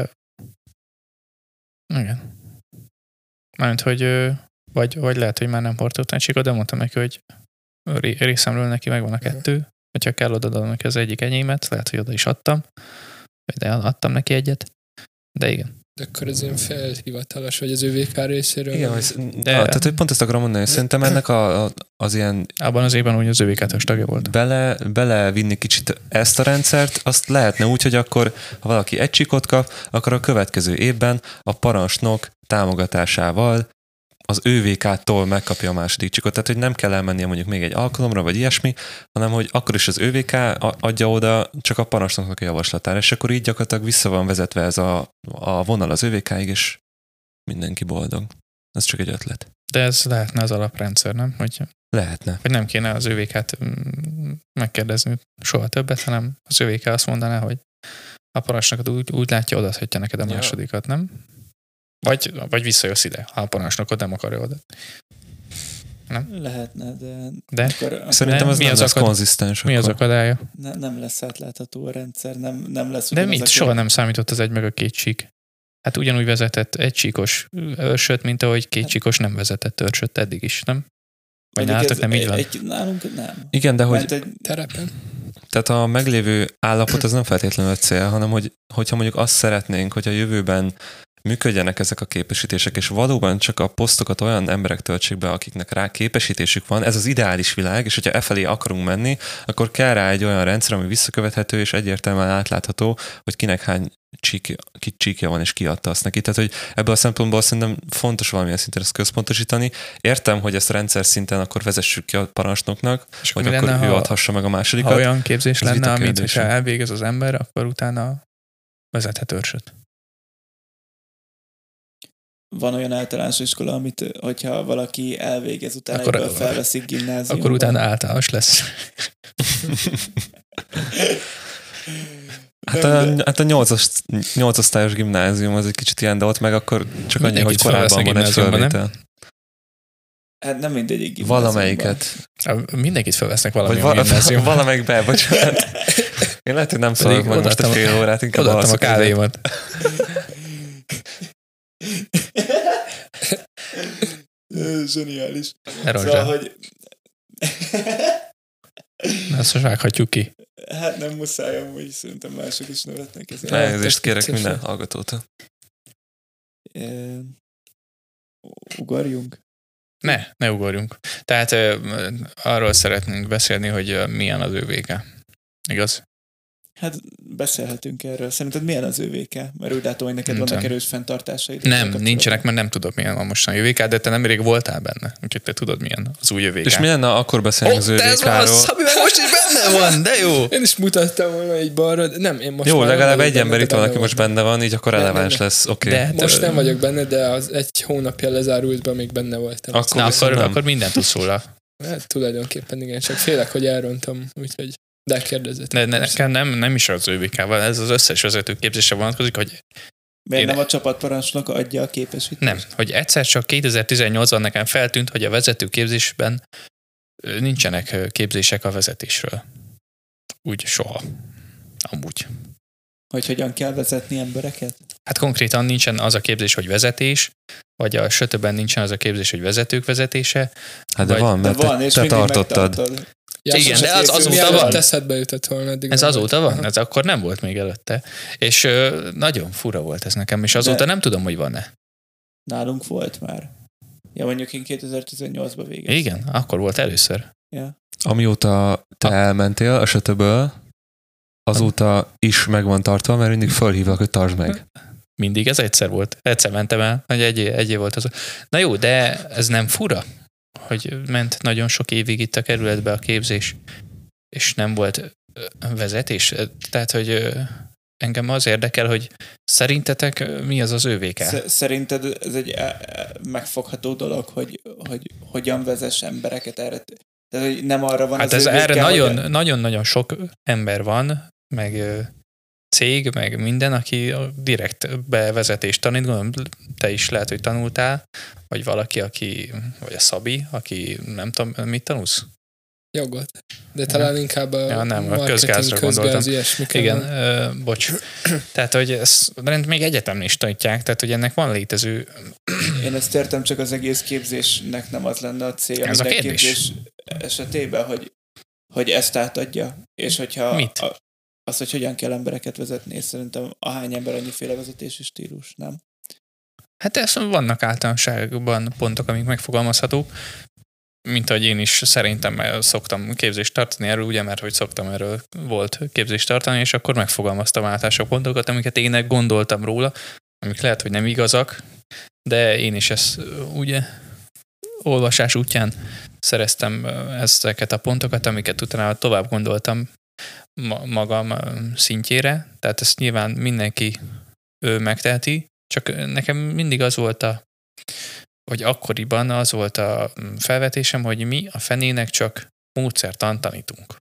igen. Mármint, hogy ö, vagy, vagy lehet, hogy már nem hordott egy csíkot, de mondtam neki, hogy ré- részemről neki megvan a kettő. Hogyha kell, odaadom neki az egyik enyémet, lehet, hogy oda is adtam. De adtam neki egyet. De igen. De akkor ez ilyen felhivatalos, vagy az ö vé ká részéről. Igen, nem? ez, de... De- ah, tehát hogy pont ezt akarom mondani, hogy szerintem ennek a, a, az ilyen Abban az évben úgy az övé ká tagja volt. bele, belevinni kicsit ezt a rendszert, azt lehetne úgy, hogy akkor, ha valaki egy csíkot kap, akkor a következő évben a parancsnok támogatásával az ö vé ká-tól megkapja a második csíkot. Tehát, hogy nem kell elmennie mondjuk még egy alkalomra, vagy ilyesmi, hanem, hogy akkor is az ö vé ká adja oda csak a parancsnoknak a javaslatára, és akkor így gyakorlatilag vissza van vezetve ez a, a vonal az ö vé ká-ig, és mindenki boldog. Ez csak egy ötlet. De ez lehetne az alaprendszer, nem? Hogy, Lehetne. hogy nem kéne az övé ká-t mm, megkérdezni soha többet, hanem az övé ká azt mondaná, hogy a parancsnokot úgy, úgy látja, odaadhatja neked a Ja. másodikat, nem? Vagy, vagy visszajössz ide, ha a parancsnokod nem akarja oda. Nem? Lehetne, de... De? Akkor, akkor Szerintem ez mi nem az lesz akad- konzisztens. Mi az akkor. akadálya? ne, nem lesz átlátható a rendszer, nem, nem lesz... De ugyanaz mit? a Soha kép- nem számított az egy meg a két csík. Hát ugyanúgy vezetett egy csíkos őrsöt, mint ahogy két csíkos nem vezetett őrsöt eddig is, nem? Vagy Mondjuk nálatok ez nem így egy, van? egy, nálunk nem. Igen, de hogy Mert egy, Terepen? tehát a meglévő állapot az nem feltétlenül a cél, hanem hogy, hogyha mondjuk azt szeretnénk, hogy a jövőben működjenek ezek a képesítések, és valóban csak a posztokat olyan emberek töltsék be, akiknek rá képesítésük van, ez az ideális világ, és hogyha e felé akarunk menni, akkor kell rá egy olyan rendszer, ami visszakövethető és egyértelműen átlátható, hogy kinek hány csík, ki csíkja van, és kiadta azt neki. Tehát, hogy ebből a szempontból szerintem fontos valamilyen szinten ezt központosítani. Értem, hogy ezt rendszer szinten akkor vezessük ki a parancsnoknak, És hogy mi akkor lenne, ő ha- adhassa meg a másodikat. Ha olyan képzés Ez lenne, vita amit kérdése. hogyha elvégez az ember, akkor utána vezethet őrsöt. van olyan általános iskola, amit, hogyha valaki elvégez, utána Akkor- egyből felveszik gimnáziumban. Akkor utána általános lesz. Hát a, hát a nyolcas, nyolcosztályos gimnázium az egy kicsit ilyen, de ott meg akkor csak annyi, hogy Mindenkit felvesz a korábban van egy gimnáziumban, nem? fölvétel. Hát nem mindegyik gimnáziumban. Valamelyiket. Mindenkit felvesznek Vagy valami val- a gimnáziumban. valamelyik be, bocsánat. Én lehet, hogy nem Pedig szólok meg most egy odaadtam a- fél órát, inkább Odaadtam a alszok egyet. kávémat. zseniális. Erazsál. Szóval, hogy... Ezt most vághatjuk ki. Hát nem muszáj, amúgy szerintem mások is nevetnek ezen. Elnézést kérek minden hallgatótól. E, ugorjunk? Ne, ne ugorjunk. Tehát ö, arról szeretnénk beszélni, hogy ö, milyen az ő vége. Igaz? Hát beszélhetünk erről. Szerinted milyen az ő vége? Mert úgy látom, hogy neked Nem vannak tudom. erős fenntartásaid. Nem, nincsenek, mert nem tudod, milyen a mostani jövéká, de te nemrég voltál benne, úgyhogy te tudod, milyen az új jövéká. És mi lenne, akkor beszélni az ő ez van, vékáról? Szabi, mert most is benne van, de jó! Én is mutattam volna egy balra, de nem, én most Jó, már legalább nem egy vagyok ember benne, itt van, de aki benne most benne van, így akkor Nem, nem, releváns nem. lesz. Oké. De- Okay. Most nem vagyok benne, de az egy hónapja lezárultban még benne voltam. Akkor Na, viszont akkor, nem. akkor mindent tudsz róla. Hát tulajdonképpen igen, csak félek, hogy elrontom, úgyhogy de kérdezzet. De ne, nekem nem, nem is az ÖVK-val, ez az összes vezetőképzésre vonatkozik, hogy Miért Én- nem a csapatparancsnok adja a képesítést? nem, hogy egyszer csak kétezer-tizennyolcban nekem feltűnt, hogy a vezetőképzésben ö, nincsenek ö, képzések a vezetésről. Úgy soha. Amúgy. Hogy hogyan kell vezetni embereket? Hát konkrétan nincsen az a képzés, hogy vezetés, vagy a sötőben nincsen az a képzés, hogy vezetők vezetése. Hát de Vagy- van, De mert van, te, és te mindig tartottad. megtartod. Ja, Igen, most de az ezt azóta mielőtt van. eszedbe jutott volna, addig Ez nem azóta volt. van? Ez akkor nem volt még előtte. És ö, nagyon fura volt ez nekem, és azóta De- nem tudom, hogy van-e. Nálunk volt már. Ja, mondjuk én kétezer-tizennyolcban végeztem. Igen, akkor volt először. Ja. Amióta te A- elmentél a sötöből, azóta is meg van tartva, mert mindig fölhívlak, hogy tartsd meg. Mindig ez egyszer volt. Egyszer mentem el, hogy egy, egy év volt az. Na jó, de ez nem fura, hogy ment nagyon sok évig itt a kerületbe a képzés, és nem volt ö, vezetés. Tehát, hogy ö, engem az érdekel, hogy szerintetek ö, mi az az ÖVK? Sz- Szerinted ez egy e- e- megfogható dolog, hogy, hogy hogyan vezess embereket erre? Tehát, hogy nem arra van Hát az ez ÖVK, erre hogy- nagyon, nagyon-nagyon sok ember van, meg ö, cég, meg minden, aki direkt bevezetést tanít, gondolom, te is lehet, hogy tanultál, vagy valaki, aki, vagy a Szabi, aki nem tudom, mit tanulsz? Jogot. De talán inkább a Ja, nem, a marketing, közgázra közgáz, gondoltam. ilyesmik. Igen, ö, bocs. Tehát, hogy ezt rend még egyetemnél is tanítják, tehát, hogy ennek van létező. Én ezt értem, csak az egész képzésnek nem az lenne a célja. Ez a minden kérdés. képzés esetében, hogy, hogy ezt átadja. És hogyha Mit? A, az, hogy hogyan kell embereket vezetni, és szerintem ahány ember, annyiféle vezetési stílus, nem? Hát ez vannak általánosságban pontok, amik megfogalmazhatók, mint ahogy én is szerintem szoktam képzést tartani erről, ugye, mert hogy szoktam erről volt képzést tartani, és akkor megfogalmaztam általános pontokat, amiket én gondoltam róla, amik lehet, hogy nem igazak, de én is ezt ugye olvasás útján szereztem ezeket a pontokat, amiket utána tovább gondoltam ma- magam szintjére, tehát ezt nyilván mindenki ő megteheti, csak nekem mindig az volt a, hogy akkoriban az volt a felvetésem, hogy mi a fenének csak módszertant tanítunk.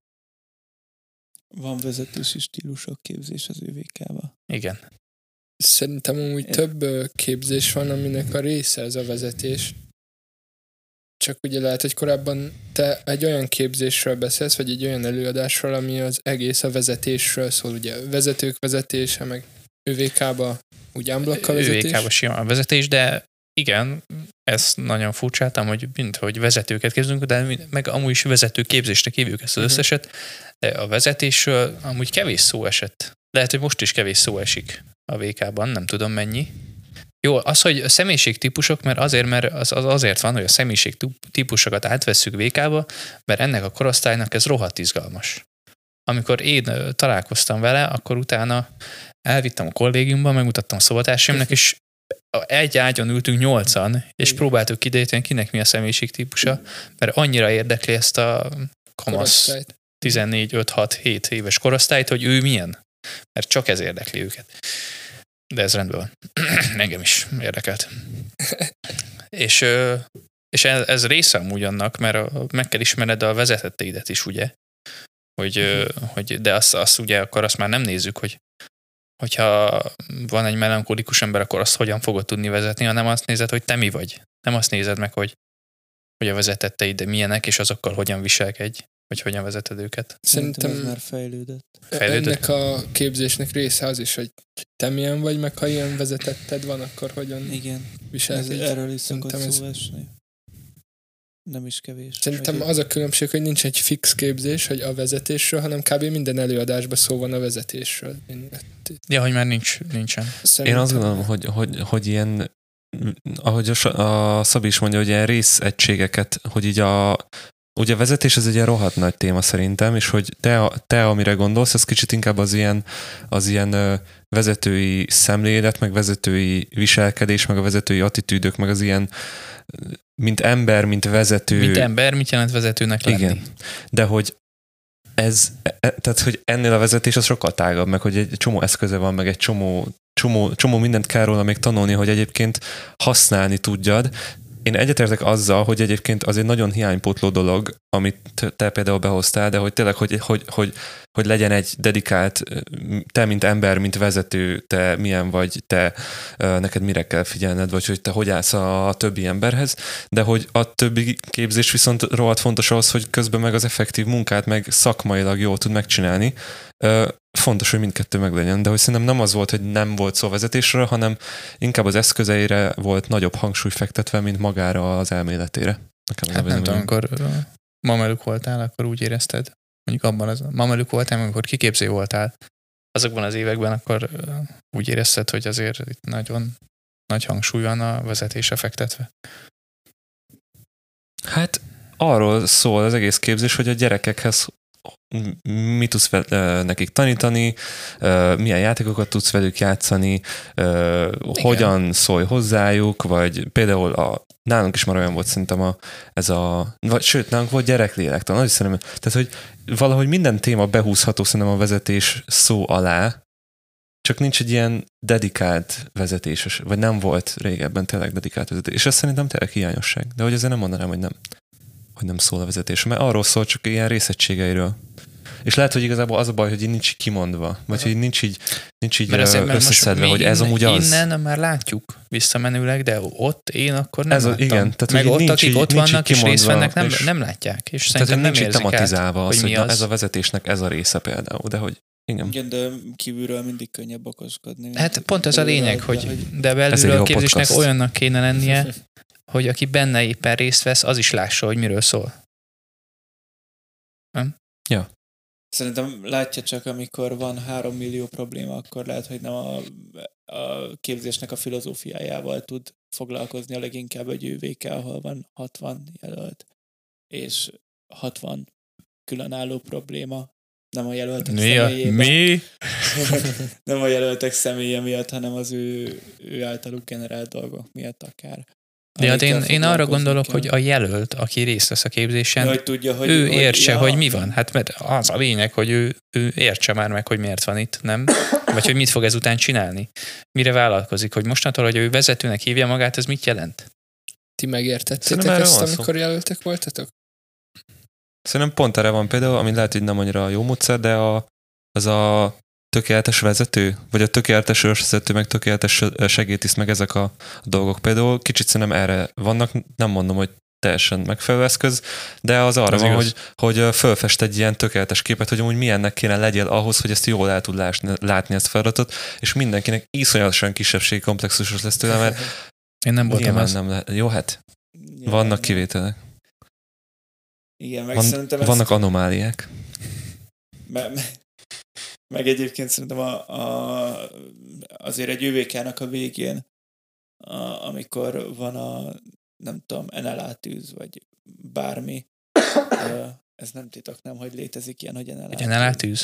Van vezetési stílusok képzés az ÖVK-ba. Igen. Szerintem amúgy Én- több ö, képzés van, aminek a része ez a vezetés. Csak ugye lehet, hogy korábban te egy olyan képzésről beszélsz, vagy egy olyan előadásról, ami az egész a vezetésről szól. Ugye vezetők vezetése, meg ÖVK-ba úgy unblock a vezetés. ÖVK-ba simán a vezetés, de igen, ezt nagyon furcsáltam, hogy mint hogy vezetőket képzünk, de mi- meg amúgy is vezető képzésnek hívjuk ezt az Mhm. összeset, de a vezetésről amúgy kevés szó esett. Lehet, hogy most is kevés szó esik a vé ká-ban, nem tudom mennyi. Jó, az, hogy a személyiségtípusok, mert azért, mert az, az azért van, hogy a személyiségtípusokat átvesszük vé ká-ba, mert ennek a korosztálynak ez rohadt izgalmas. Amikor én ö, találkoztam vele, akkor utána elvittem a kollégiumba, megmutattam a szobatársaimnak, és egy ágyon ültünk nyolcan, és Igen. próbáltuk kideríteni, kinek mi a személyiségtípusa, mert annyira érdekli ezt a kamasz Korosztályt. tizennégy, öt, hat, hét éves korosztályt, hogy ő milyen. Mert csak ez érdekli őket. De ez rendben van. Engem is érdekelt. és ö, és ez, ez része amúgy annak, mert a, meg kell ismered a vezetetteidet is, ugye? Hogy, ö, hogy de azt, azt ugye akkor azt már nem nézzük, hogy hogyha van egy melankolikus ember, akkor azt hogyan fogod tudni vezetni, hanem azt nézed, hogy te mi vagy. Nem azt nézed meg, hogy, hogy a vezetetteid de milyenek, és azokkal hogyan viselkedj, hogy hogyan vezeted őket. Szerintem ez Szerintem már fejlődött. Fejlődött? ennek a képzésnek része az is, hogy te milyen vagy, meg ha ilyen vezetetted van, akkor hogyan Igen, ez, viselkedj. erről is szokott Szerintem ez- szó esni. nem is kevés. Szerintem Vagy- az a különbség, hogy nincs egy fix képzés, hogy a vezetésről, hanem kb. Minden előadásban szó van a vezetésről. Én, Ja, hogy már nincs, nincsen. Én szerintem- azt gondolom, hogy, hogy, hogy ilyen, ahogy a, Sa- a Szabi is mondja, hogy ilyen részegységeket, hogy így a, ugye a vezetés ez egy ilyen rohadt nagy téma szerintem, és hogy te, te amire gondolsz, az kicsit inkább az ilyen, az ilyen ö, vezetői szemlélet, meg vezetői viselkedés, meg a vezetői attitűdök, meg az ilyen, mint ember, mint vezető. Mint ember, mit jelent vezetőnek lenni? Igen. De hogy ez, e, tehát, hogy ennél a vezetés az sokkal tágabb, meg hogy egy csomó eszköze van, meg egy csomó, csomó, csomó mindent kell róla még tanulni, hogy egyébként használni tudjad. Én egyetértek azzal, hogy egyébként az egy nagyon hiánypótló dolog, amit te például behoztál, de hogy tényleg, hogy, hogy, hogy, hogy legyen egy dedikált, te mint ember, mint vezető, te milyen vagy, te neked mire kell figyelned, vagy hogy te hogy állsz a többi emberhez, de hogy a többi képzés viszont rohadt fontos ahhoz, hogy közben meg az effektív munkát meg szakmailag jól tud megcsinálni. Fontos, hogy mindkettő meglegyen, de hogy szerintem nem az volt, hogy nem volt szó vezetésről, hanem inkább az eszközeire volt nagyobb hangsúly fektetve, mint magára az elméletére. Nekem Hát nem tudom, amikor mameluk voltál, akkor úgy érezted, mondjuk abban az mameluk voltál, amikor kiképző voltál, azokban az években akkor úgy érezted, hogy azért itt nagyon nagy hangsúly van a vezetésre fektetve. Hát arról szól az egész képzés, hogy a gyerekekhez mit tudsz nekik tanítani, milyen játékokat tudsz velük játszani, igen. Hogyan szólj hozzájuk, vagy például a, nálunk is már olyan volt szerintem a, ez a, vagy sőt, nálunk volt gyereklélektan, az is szerintem, tehát hogy valahogy minden téma behúzható szerintem a vezetés szó alá, csak nincs egy ilyen dedikált vezetéses, vagy nem volt régebben tényleg dedikált vezetés, és ez szerintem tényleg hiányosság, de hogy ezzel nem mondanám, hogy nem. hogy nem szól a vezetés, mert arról szól csak ilyen részegységeiről. És lehet, hogy igazából az a baj, hogy így nincs kimondva, vagy hogy nincs így, nincs így mert azért, összeszedve, hogy ez amúgy az. Innen már látjuk visszamenőleg, de ott én akkor nem ez a, láttam. igen, tehát, meg ott, akik így, ott vannak és részt vennek, nem, és nem látják. És tehát szerintem nem nincs érzik tematizálva át, az, hogy, hogy hogy na, ez a vezetésnek ez a része például, de hogy igen. Igen, de kívülről mindig könnyebb okoskodni. Hát pont ez a lényeg, de, hogy, hogy de belülről a képzésnek podcast. Olyannak kéne lennie, hogy aki benne éppen részt vesz, az is lássa, hogy miről szól. Nem? Ja. Szerintem látja csak, amikor van három millió probléma, akkor lehet, hogy nem a, a képzésnek a filozófiájával tud foglalkozni a leginkább egy ÜVK, ahol van hatvan jelölt, és hatvan különálló probléma. Nem a jelöltek mi személyében. Mi? Nem a jelöltek személye miatt, hanem az ő, ő általuk generált dolgok miatt akár. Ja, én, én arra gondolok, kell. Hogy a jelölt, aki részt vesz a képzésen, ja, hogy tudja, hogy, ő hogy, értse, ja. hogy mi van. Hát mert az a lényeg, hogy ő, ő értse már meg, hogy miért van itt, nem? Vagy hogy mit fog ezután csinálni. Mire vállalkozik, hogy mostantól, hogy ő vezetőnek hívja magát, ez mit jelent? Ti megértettétek ezt, amikor jelöltek voltatok? Szerintem pont erre van például, ami lehet, hogy nem annyira jó módszer, de a, az a tökéletes vezető, vagy a tökéletes őrsvezető, meg tökéletes segédtiszt, meg ezek a dolgok például kicsit szerintem erre vannak, nem mondom, hogy teljesen megfelelő eszköz, de az arra az van, hogy, hogy fölfest egy ilyen tökéletes képet, hogy amúgy milyennek kéne legyél ahhoz, hogy ezt jól el tud látni, látni ezt a feladatot, és mindenkinek iszonyatosan kisebbségi komplexusos lesz tőle, mert én nem voltam az. Nem lehet. Jó, hát ja, vannak kivételek. Igen, meg Van, szerintem vannak ezt... anomáliák. Me, me, meg egyébként szerintem a, a, azért egy ÜVK-nak a végén, a, amikor van a, nem tudom, en el á tűz, vagy bármi, ez nem titok, nem, hogy létezik ilyen, hogy en el á tűz. en el á tűz?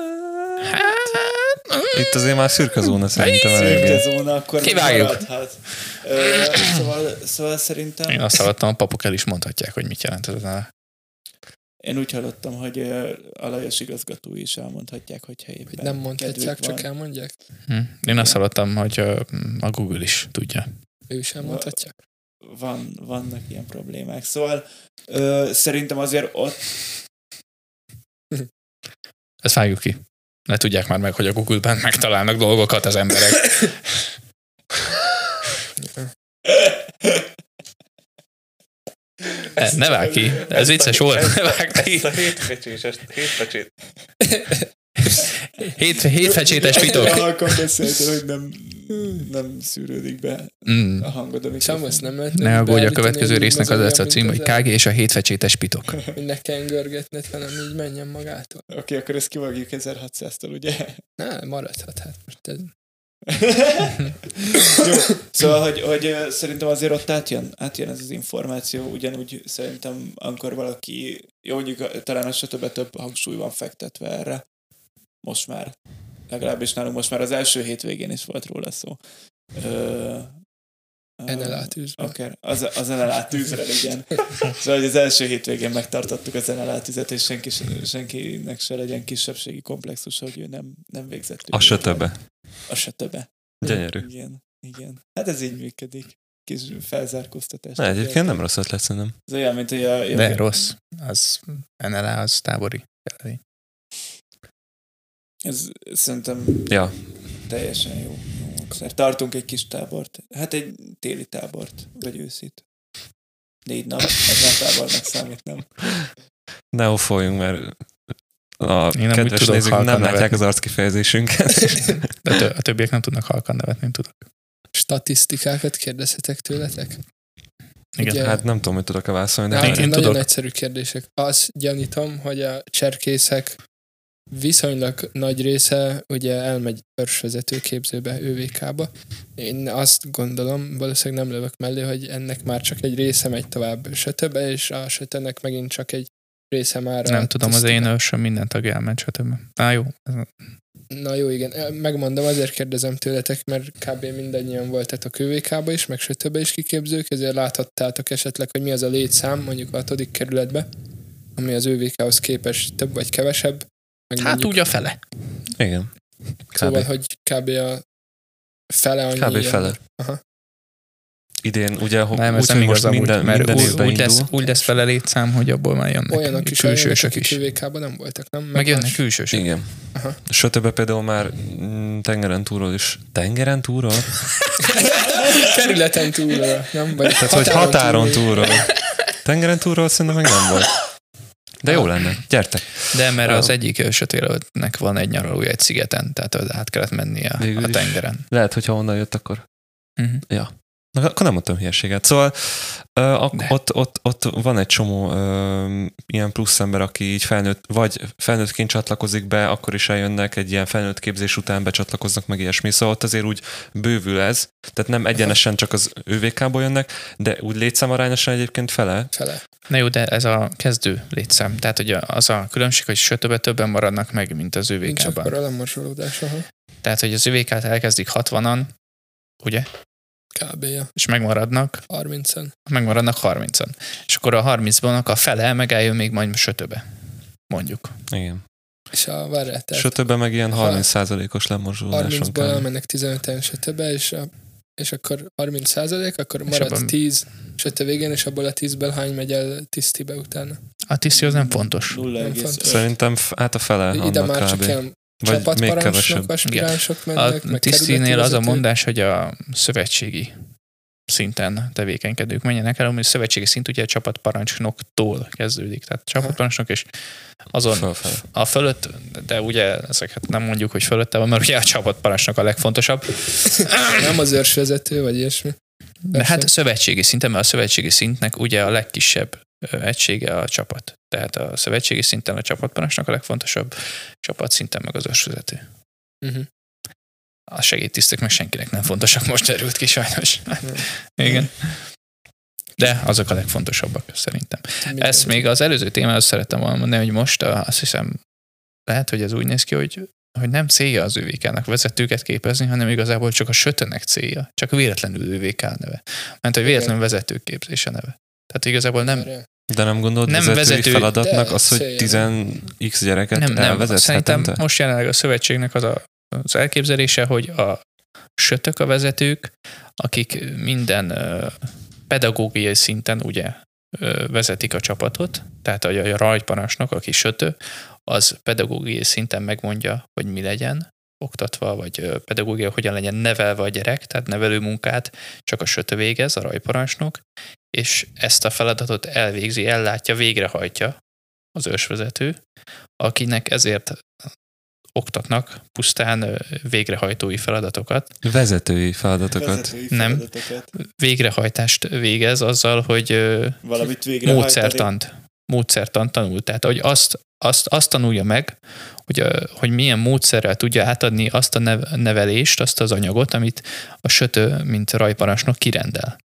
Itt azért már szürke zóna szerintem. Szürke zóna, akkor kivágjuk. Szóval, szóval szerintem... Én azt hallottam, a papok el is mondhatják, hogy mit jelent ez a... Én úgy hallottam, hogy a Lajos igazgatói is elmondhatják, hogy helyében hogy nem mondhatják, csak elmondják. Hm. Én azt hallottam, hogy a Google is tudja. Ő is elmondhatják. Van, vannak ilyen problémák. Szóval ö, szerintem azért ott... Ezt vágjuk ki. Ne tudják már meg, hogy a Google-ben megtalálnak dolgokat az emberek. Ne, ne vágj ki. Ez vicces volt. Ne vágj ki. Ezt a hétfecséses, hétfecsét. Hét, hétfecsétes pitok. Halkan beszéltél, hogy nem, nem szűrődik be Mm. a hangod. A Sam, azt nem lehet. Ne aggódj, a következő résznek az lesz a cím, hogy ká gé és a hétfecsétes pitok. Hogy ne kell görgetned, hanem így menjen magától. Oké, okay, akkor ezt kivágjuk ezerhatszáztól, ugye? Ne, maradhat, hát most ez... Jó, szóval, hogy, hogy szerintem azért ott átjön, átjön ez az információ, ugyanúgy szerintem, amikor valaki, jó, mondjuk talán az se többet több hangsúly van fektetve erre, most már, legalábbis nálunk most már az első hétvégén is volt róla szó. Ö, en el á tűzben. Oké, okay. az, az en el á tűzre, igen. Szóval, hogy az első hétvégén megtartottuk az en el á tüzet, és senki, senkinek se legyen kisebbségi komplexus, hogy ő nem, nem végzett. A sötöbe. A sötöbe. Gyönyörű. Igen, igen. Hát ez így működik. Kis felzárkóztatás. Na, egyébként nem rossz ötlet, szerintem. Ez olyan, mint hogy a... De rossz. Az en el á, az tábori. Ez szerintem ja. teljesen jó. jó. Tartunk egy kis tábort. Hát egy téli tábort, vagy őszit. Négy nap, ez nem tábornak számít, nem? Ne offoljunk, mert a nem kedves nézők nem nevetni. Látják az arckifejezésünket. De a többiek nem tudnak halkan nevetni, tudok. Statisztikákat kérdezhetek tőletek? Igen. Ugye, hát nem tudom, hogy tudok-e válaszolni. De én, én nagyon tudok. egyszerű kérdések. Azt gyanítom, hogy a cserkészek viszonylag nagy része ugye elmegy őrsvezető képzőbe, ö vé ká-ba. Én azt gondolom, valószínűleg nem lövök mellé, hogy ennek már csak egy része megy tovább sötöbe, és a sötönek megint csak egy része már... Nem tudom, az én őrsöm minden tagja elment sötöbe. Á, jó. Na jó, igen. Megmondom, azért kérdezem tőletek, mert kb. Mindannyian voltatok ö vé ká-ba is, meg sötöbe is kiképzők, ezért láthattátok esetleg, hogy mi az a létszám, mondjuk a hatodik kerületbe, ami az ö vé ká-hoz képest több vagy kevesebb. Hát mondjuk, úgy a fele. Igen. Kb. Szóval, hogy kb. A fele annyi. Kb. fele. Aha. Idén ugye nem, úgy, hogy most minden, úgy, mert minden úgy, évben úgy lesz, indul. úgy lesz fele létszám, hogy abból már jönnek olyanok is, külsősök is. ö vé ká-ban nem voltak, nem? Meg, meg jönnek más... külsősök. Igen. Aha. Sötöbe például már mm, tengeren túlról is. Tengeren túlról? Kerületen túlról, nem? Vagy tehát, hogy határon túlról. Tengeren túlról szerintem meg nem volt. De jó lenne, gyertek. De mert az egyik sötélnek van egy nyaralója egy szigeten, tehát át kellett mennie a, a tengeren. Lehet, hogyha onnan jött, akkor... Uh-huh. Ja. Na, akkor nem mondtam hülyeséget. Szóval uh, ott, ott, ott van egy csomó uh, ilyen plusz ember, aki így felnőtt, vagy felnőttként csatlakozik be, akkor is eljönnek, egy ilyen felnőtt képzés után becsatlakoznak meg ilyesmi. Szóval ott azért úgy bővül ez, tehát nem egyenesen csak az ö vé ká-ból jönnek, de úgy létszámarányosan egyébként fele. Fele. Na jó, de ez a kezdő létszám. Tehát hogy az a különbség, hogy sötöbe többen maradnak meg, mint az ö vé ká-ban. Nincs akkor a lemorzsolódás, aha. Tehát, hogy az ö vé ká-t elkezdik hatvanan, ugye? Kb-ja. És megmaradnak harmincan. Megmaradnak harmincan. És akkor a harmincban a fele meg eljön még majd sötöbe. Mondjuk. Igen. És a várját. Sötöbe meg ilyen harminc százalékos lemorzsolódáson harmincból elmennek tizenöten sötöbe, és, a, és akkor harminc százalék, akkor marad abban... tíz sötö végén, és abból a tízből hány megy el tisztibe utána? A tiszti az nem fontos. Nem fontos. Szerintem hát a fele ide annak már kb. Csak ilyen vagy csapatparancsnok, aspiránsok mennek, a tisztinél az a mondás, hogy a szövetségi szinten tevékenykedők menjenek el, mert a szövetségi szint ugye a csapatparancsnoktól kezdődik. Tehát csapatparancsnok és azon Fölfele. a fölött, de ugye ezeket nem mondjuk, hogy fölötte van, mert ugye a csapatparancsnok a legfontosabb. Nem az őrsvezető, vagy ilyesmi. De hát a szövetségi szinten, mert a szövetségi szintnek ugye a legkisebb egysége a csapat. Tehát a szövetségi szinten a csapatparancsnok a legfontosabb, csapat szinten meg az őrsvezető. Uh-huh. A segédtisztek meg senkinek nem fontosak, most derült ki sajnos. Uh-huh. Igen. De azok a legfontosabbak szerintem. Minden Ezt még az előző témához szerettem volna mondani, hogy most azt hiszem, lehet, hogy ez úgy néz ki, hogy, hogy nem célja az ö vé ká-nak vezetőket képezni, hanem igazából csak a sötönek célja. Csak véletlenül ö vé ká neve. Mert hogy véletlenül vezetők képzése neve. Tehát igazából nem... De nem gondolod nem vezetői vezető, feladatnak az, hogy tíz x gyereket nem, nem. elvezetsz Szerintem hetente? most jelenleg a szövetségnek az a, az elképzelése, hogy a sötök a vezetők, akik minden uh, pedagógiai szinten ugye uh, vezetik a csapatot, tehát a, a rajtparancsnok, aki sötő, az pedagógiai szinten megmondja, hogy mi legyen oktatva, vagy uh, pedagógia hogyan legyen nevelve a gyerek, tehát nevelő munkát csak a sötő végez, a rajtparancsnok, és ezt a feladatot elvégzi, ellátja, végrehajtja az őrsvezető, akinek ezért oktatnak pusztán végrehajtói feladatokat. Vezetői feladatokat. Vezetői Nem. feladatokat. Végrehajtást végez azzal, hogy Valamit végrehajtani. módszertant, módszertant tanul. Tehát, hogy azt, azt, azt tanulja meg, hogy, hogy milyen módszerrel tudja átadni azt a nevelést, azt az anyagot, amit a Sötö, mint rajparancsnok kirendel.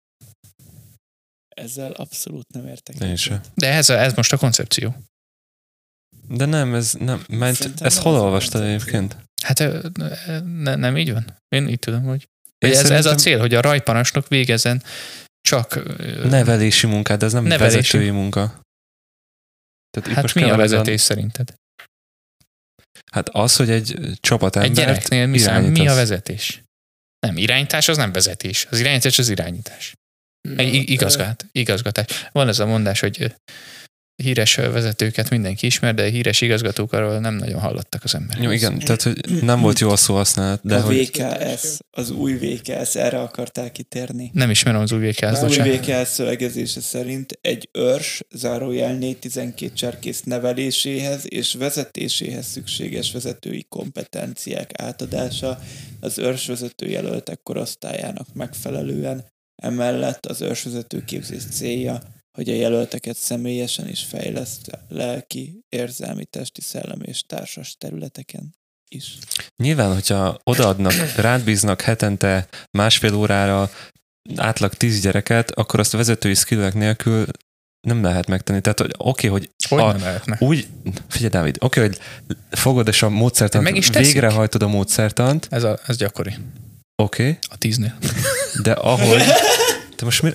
Ezzel abszolút nem értek. Én sem. De ez, ez most a koncepció. De nem, ez nem, ment, Szerintem ezt nem hol az a olvastad koncepció. egyébként? Hát ne, nem így van. Én így tudom, hogy Én ez, ez a szerintem cél, hogy a rajparancsnok végezzen csak nevelési munkát, de ez nem Nevelési. vezetői munka. Tehát itt hát most mi a keveredve- vezetés szerinted? Hát az, hogy egy Egy csapatembert gyereknél mi, szám, mi a irányítasz. vezetés? Nem, irányítás az nem vezetés. Az irányítás az irányítás. Egy i- igazgát, igazgatás. Van ez a mondás, hogy híres vezetőket mindenki ismer, de híres igazgatók arról nem nagyon hallottak az emberek. Jó, igen, tehát hogy nem volt jó a szó használat, de De a hogy vé ká es, az új vé ká es, erre akarták kitérni. Nem ismerem az új vé ká es, Az új bocsánat. vé ká es szövegezése szerint egy őrs, zárójel négy tizenkét cserkész neveléséhez és vezetéséhez szükséges vezetői kompetenciák átadása az őrsvezető jelöltek korosztályának megfelelően. Emellett az őrsvezető képzés célja, hogy a jelölteket személyesen is fejleszt lelki, érzelmi, testi, szellemi és társas területeken is. nyilván, hogyha odaadnak, rád bíznak hetente másfél órára átlag tíz gyereket, akkor azt a vezetői skillek nélkül nem lehet megtenni. Tehát, hogy oké, hogy Hogy a- nem lehetne? úgy, figyelj Dávid, oké, hogy fogod és a módszertant, De meg is teszik. végrehajtod a módszertant, Ez, a, ez gyakori. oké, A tíznél. de ahogy... Te most mi...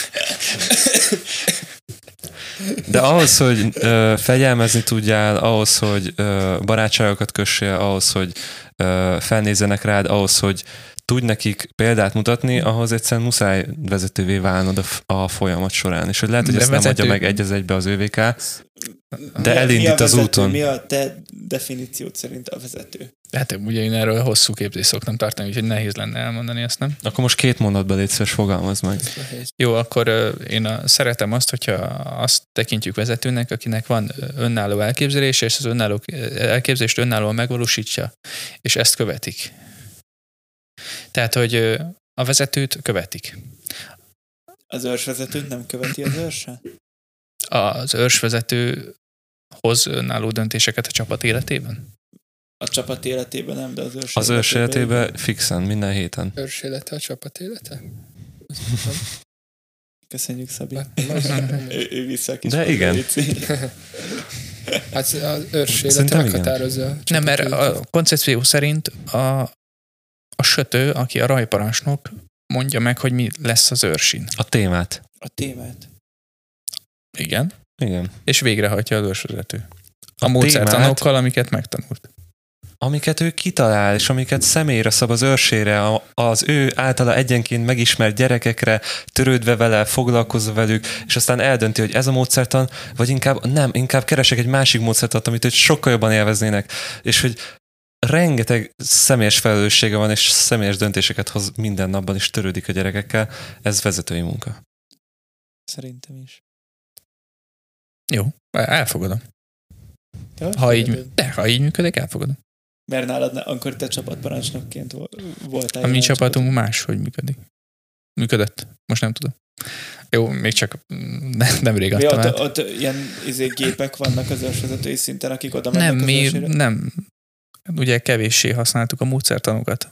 De ahhoz, hogy ö, fegyelmezni tudjál, ahhoz, hogy ö, barátságokat kössél, ahhoz, hogy ö, felnézzenek rád, ahhoz, hogy tudj nekik példát mutatni, ahhoz egyszerűen muszáj vezetővé válnod a, f- a folyamat során. És hogy lehet, hogy De ezt vezető- nem adja meg egy az egybe az ÖVK, de Mi a- mi elindít a az vezető? úton. Mi a te definíciód szerint a vezető? Hát ugye én erről hosszú képzést szoktam tartani, úgyhogy nehéz lenne elmondani ezt, nem? Akkor most két mondatban légy szíves, fogalmazd meg. Jó, akkor ö, én a, szeretem azt, hogyha azt tekintjük vezetőnek, akinek van ö, önálló elképzelése, és az önálló elképzelést önállóan megvalósítja, és ezt követik. Tehát, hogy ö, a vezetőt követik. Az őrsvezetőt nem követi az őrse? Az őrsvezető hoz önálló döntéseket a csapat életében? A csapat életében nem, de az őrs Az ős életében életében fixen, minden héten. Őrs élete a csapat élete? Köszönjük, Szabi. Az- ő, ő vissza a kis De igen. Léci. Hát az őrs élete Szerintem igen. meghatározza. a Nem, csapat mert életet. a koncepció szerint a, a Sötö, aki a rajparancsnok, mondja meg, hogy mi lesz az őrsin. A témát. A témát. Igen. Igen. És végrehajtja az őrsvezető. A, A módszertanokkal, amiket megtanult. Amiket ő kitalál, és amiket személyre szab az őrsére, a- az ő általa egyenként megismert gyerekekre, törődve vele, foglalkozva velük, és aztán eldönti, hogy ez a módszertan, vagy inkább nem, inkább keresek egy másik módszertant, amit ők sokkal jobban élveznének, és hogy rengeteg személyes felelőssége van, és személyes döntéseket hoz minden napban, és törődik a gyerekekkel, ez vezetői munka. Szerintem is. Jó, elfogadom. Jó, Ha így, fogadod? de, ha így működik, elfogadom. Mert nálad, ne, akkor te csapatparancsnokként vo- voltál. A mi jelen csapatunk más, hogy működik. Működött. Most nem tudom. Jó, még csak nem, nemrég Mi adtam ott, át. ott ilyen izé, gépek vannak az őrsvezetői szinten, akik oda mennek Nem, az mi őrsére? nem. Ugye kevéssé használtuk a módszertanokat.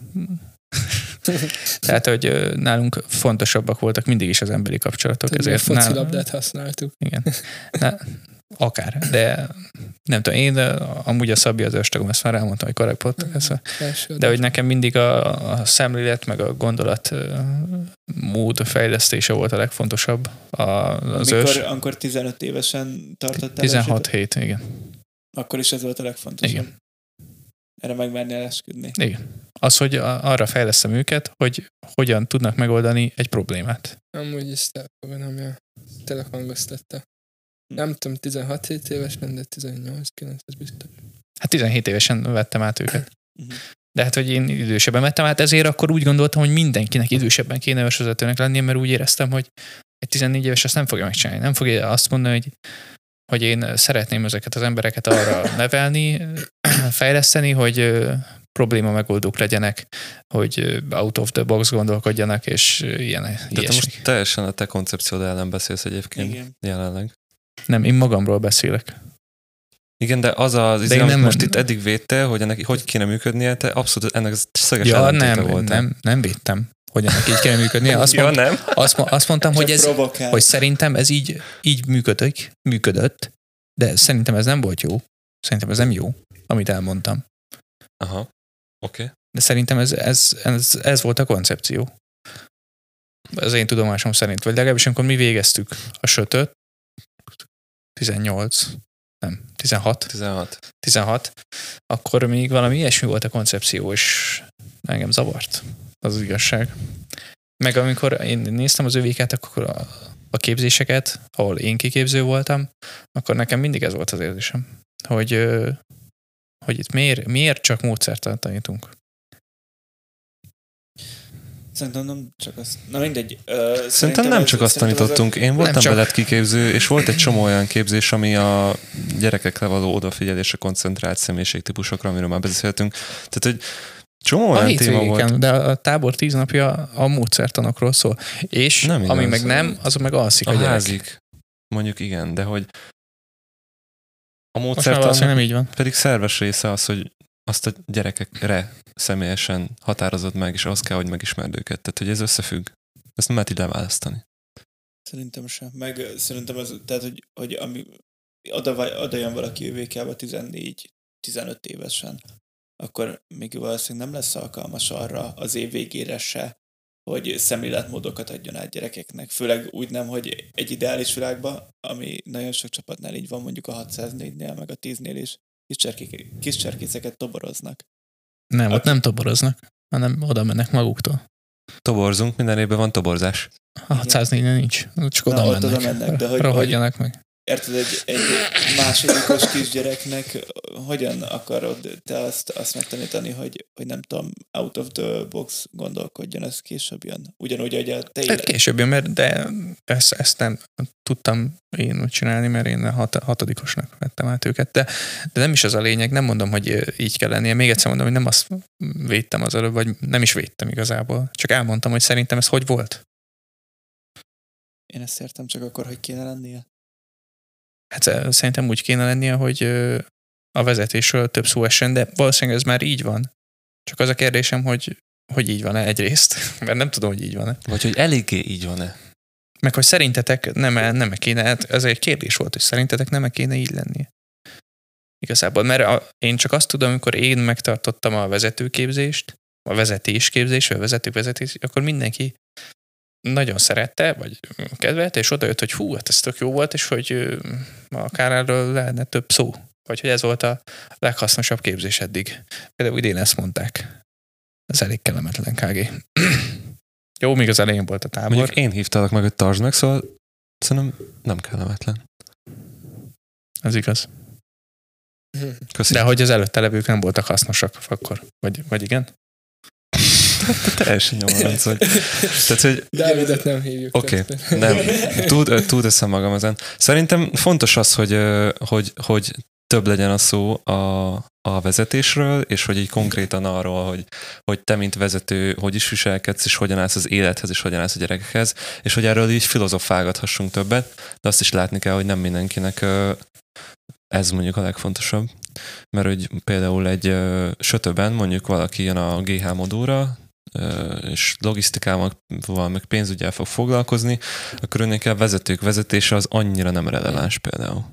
Tehát, hogy ö, nálunk fontosabbak voltak mindig is az emberi kapcsolatok. Tudod, mi a ezért focilabdát használtuk. Igen. Na, akár, de nem tudom, én de amúgy a Szabi az őstagom, ezt már elmondtam, hogy korrekt podcast, Első de hogy nekem mindig a, a szemlélet, meg a gondolat ö, mód fejlesztése volt a legfontosabb. A, az Amikor, ős. amikor tizenöt évesen tartottál tizenhat őrsöt, hét, igen. akkor is ez volt a legfontosabb. Igen. Erre megmernél esküdni. Igen. Az, hogy a, arra fejlesztem őket, hogy hogyan tudnak megoldani egy problémát. Amúgy is elfogadom, ja. Tényleg hangoztatta. Nem tudom, tizenhat-hét évesen, de tizennyolc-kilenc, ez biztos. Hát tizenhét évesen vettem át őket. Uh-huh. De hát, hogy én idősebben vettem át, ezért akkor úgy gondoltam, hogy mindenkinek idősebben kéne ősvezetőnek lennie, mert úgy éreztem, hogy egy tizennégy éves azt nem fogja megcsinálni. Nem fogja azt mondani, hogy, hogy én szeretném ezeket az embereket arra nevelni, fejleszteni, hogy ö, probléma megoldók legyenek, hogy ö, out of the box gondolkodjanak, és ö, ilyen De ilyesmik. te most teljesen a te koncepciód ellen beszélsz egyébként Igen. jelenleg. Nem, én magamról beszélek. Igen, de az az, De izé, én amit nem- most itt eddig védte, hogy ennek hogy kéne működnie, te abszolút ennek szöges Ja, ellentéte nem, voltál. nem, nem védtem, hogy ennek így kell működnie. Azt, Ja, mond, nem? azt, mo- azt mondtam, hogy Csak ez, provokál. hogy szerintem ez így, így működik, működött, de szerintem ez nem volt jó. Szerintem ez nem jó, amit elmondtam. Aha, oké. Okay. De szerintem ez, ez, ez, ez volt a koncepció. Az én tudomásom szerint. Vagy legalábbis amikor mi végeztük a sötöt, tizennyolc, nem, tizenhat, tizenhat. tizenhat, akkor még valami ilyesmi volt a koncepció, és engem zavart. Az az igazság. Meg amikor én néztem az övéket, akkor a, a képzéseket, ahol én kiképző voltam, akkor nekem mindig ez volt az érzésem, hogy, ö, hogy itt miért, miért csak módszertant tanítunk. Szerintem nem csak azt. Na mindegy. Ö, Szerintem nem ez- csak azt szerintem ez a- tanítottunk. Én voltam csak. veled kiképző, és volt egy csomó olyan képzés, ami a gyerekekre való odafigyelésre koncentrált személyiségtípusokra, amiről már beszéltünk. Tehát, hogy csomó A olyan téma volt. hétvégéken, de a tábor tíz napja a módszertanokról szól. És Nem ami igaz. meg nem, azok meg alszik a, A gyerek. házik. Mondjuk igen, de hogy a Most már módszertan valószínűleg nem így van. pedig szerves része az, hogy azt a gyerekekre személyesen határozod meg, és az kell, hogy megismerd őket. Tehát, hogy ez összefügg. Ezt nem lehet így leválasztani. Szerintem sem. Meg ö, szerintem ez, tehát, hogy, hogy ami oda, vagy- oda jön valaki jövékába tizennégy tizenöt évesen, akkor még valószínűleg nem lesz alkalmas arra az év végére se, hogy szemléletmódokat adjon át gyerekeknek. Főleg úgy nem, hogy egy ideális világban, ami nagyon sok csapatnál így van, mondjuk a hatszáznégynél, meg a tíznél is, kis, cserkék, kis cserkészeket toboroznak. Nem, ott Aki- nem toboroznak, hanem oda mennek maguktól. Toborzunk, minden évben van toborzás. A hatszáznégynél nincs. Csak oda Na, ott mennek. oda mennek, de hogy- Rohadjanak meg. Érted, egy, egy másodikos kisgyereknek hogyan akarod te azt, azt megtanítani, hogy, hogy nem tudom, out of the box gondolkodjon, ez később jön. Ugyanúgy, hogy a te Hát élet. később jön, mert de ezt, ezt nem tudtam én úgy csinálni, mert én hat, hatodikosnak vettem át őket, de, de nem is az a lényeg, nem mondom, hogy így kell lennie. Még egyszer mondom, hogy nem azt védtem az előbb, vagy nem is védtem igazából. Csak elmondtam, hogy szerintem ez hogy volt. Én ezt értem csak akkor, hogy kéne lennie. Hát eh, szerintem úgy kéne lennie, hogy ö, a vezetésről több szó essen, de valószínűleg ez már így van. Csak az a kérdésem, hogy, hogy így van-e egyrészt, mert nem tudom, hogy így van-e. Vagy hogy eléggé így van-e? Meg hogy szerintetek nem nem kéne, hát ez egy kérdés volt, hogy szerintetek nem kéne így lennie. Igazából, mert a, én csak azt tudom, amikor én megtartottam a vezetőképzést, a vezetésképzést, vagy a vezetővezetés, akkor mindenki nagyon szerette, vagy kedvelte, és odajött, hogy hú, hát ez tök jó volt, és hogy ö, akár erről lehetne több szó. Vagy hogy ez volt a leghasznosabb képzés eddig. Például idén ezt mondták. Ez elég kellemetlen ká gé. Jó, még az elején volt a tábor. Mondjuk én hívtalak meg, hogy tartsd meg, szóval szerintem nem kellemetlen. Ez igaz. Köszi. De hogy az előtte levők nem voltak hasznosak akkor. Vagy, vagy igen? Te teljesen nyomoranc vagy. Tehát, hogy Dávidet nem hívjuk. Oké, tehát- nem. Túl, túl teszem magam ezen. Szerintem fontos az, hogy, ö, hogy, hogy több legyen a szó a, a vezetésről, és hogy így konkrétan arról, hogy, hogy te, mint vezető, hogy is viselkedsz, és hogyan állsz az élethez, és hogyan állsz a gyerekekhez, és hogy erről így filozofálgathassunk többet, de azt is látni kell, hogy nem mindenkinek ö, ez mondjuk a legfontosabb. Mert hogy például egy ö, sötöben mondjuk valaki jön a gé há modulra, ö, és logisztikával, meg pénzügyel fog foglalkozni, akkor önnek a vezetők vezetése az annyira nem releváns például.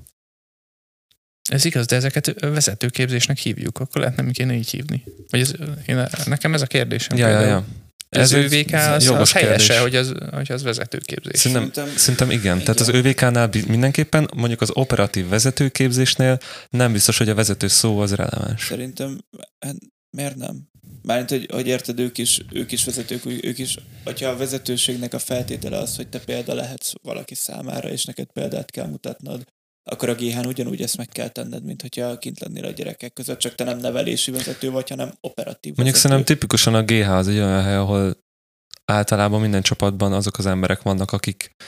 Ez igaz, de ezeket vezetőképzésnek hívjuk, akkor lehet nem kéne így hívni. Vagy ez, én, nekem ez a kérdésem. Ja, ja, például. ja. Ez egy ÖVK az, jogos az helyese, kérdés. hogy az, hogy az vezetőképzés. Szerintem, Szerintem- szerintem igen. Tehát az igen. ÖVK-nál bi- mindenképpen, mondjuk az operatív vezetőképzésnél nem biztos, hogy a vezető szó az releváns. Szerintem, hát miért nem? Mármint, hogy, hogy érted, ők is, ők is vezetők, ők is, hogyha a vezetőségnek a feltétele az, hogy te példa lehetsz valaki számára, és neked példát kell mutatnod, akkor a gé hán ugyanúgy ezt meg kell tenned, mint hogyha kint lennél a gyerekek között, csak te nem nevelési vezető vagy, hanem operatív Mondjuk vezető. szerintem tipikusan a gé há az egy olyan hely, ahol általában minden csapatban azok az emberek vannak, akik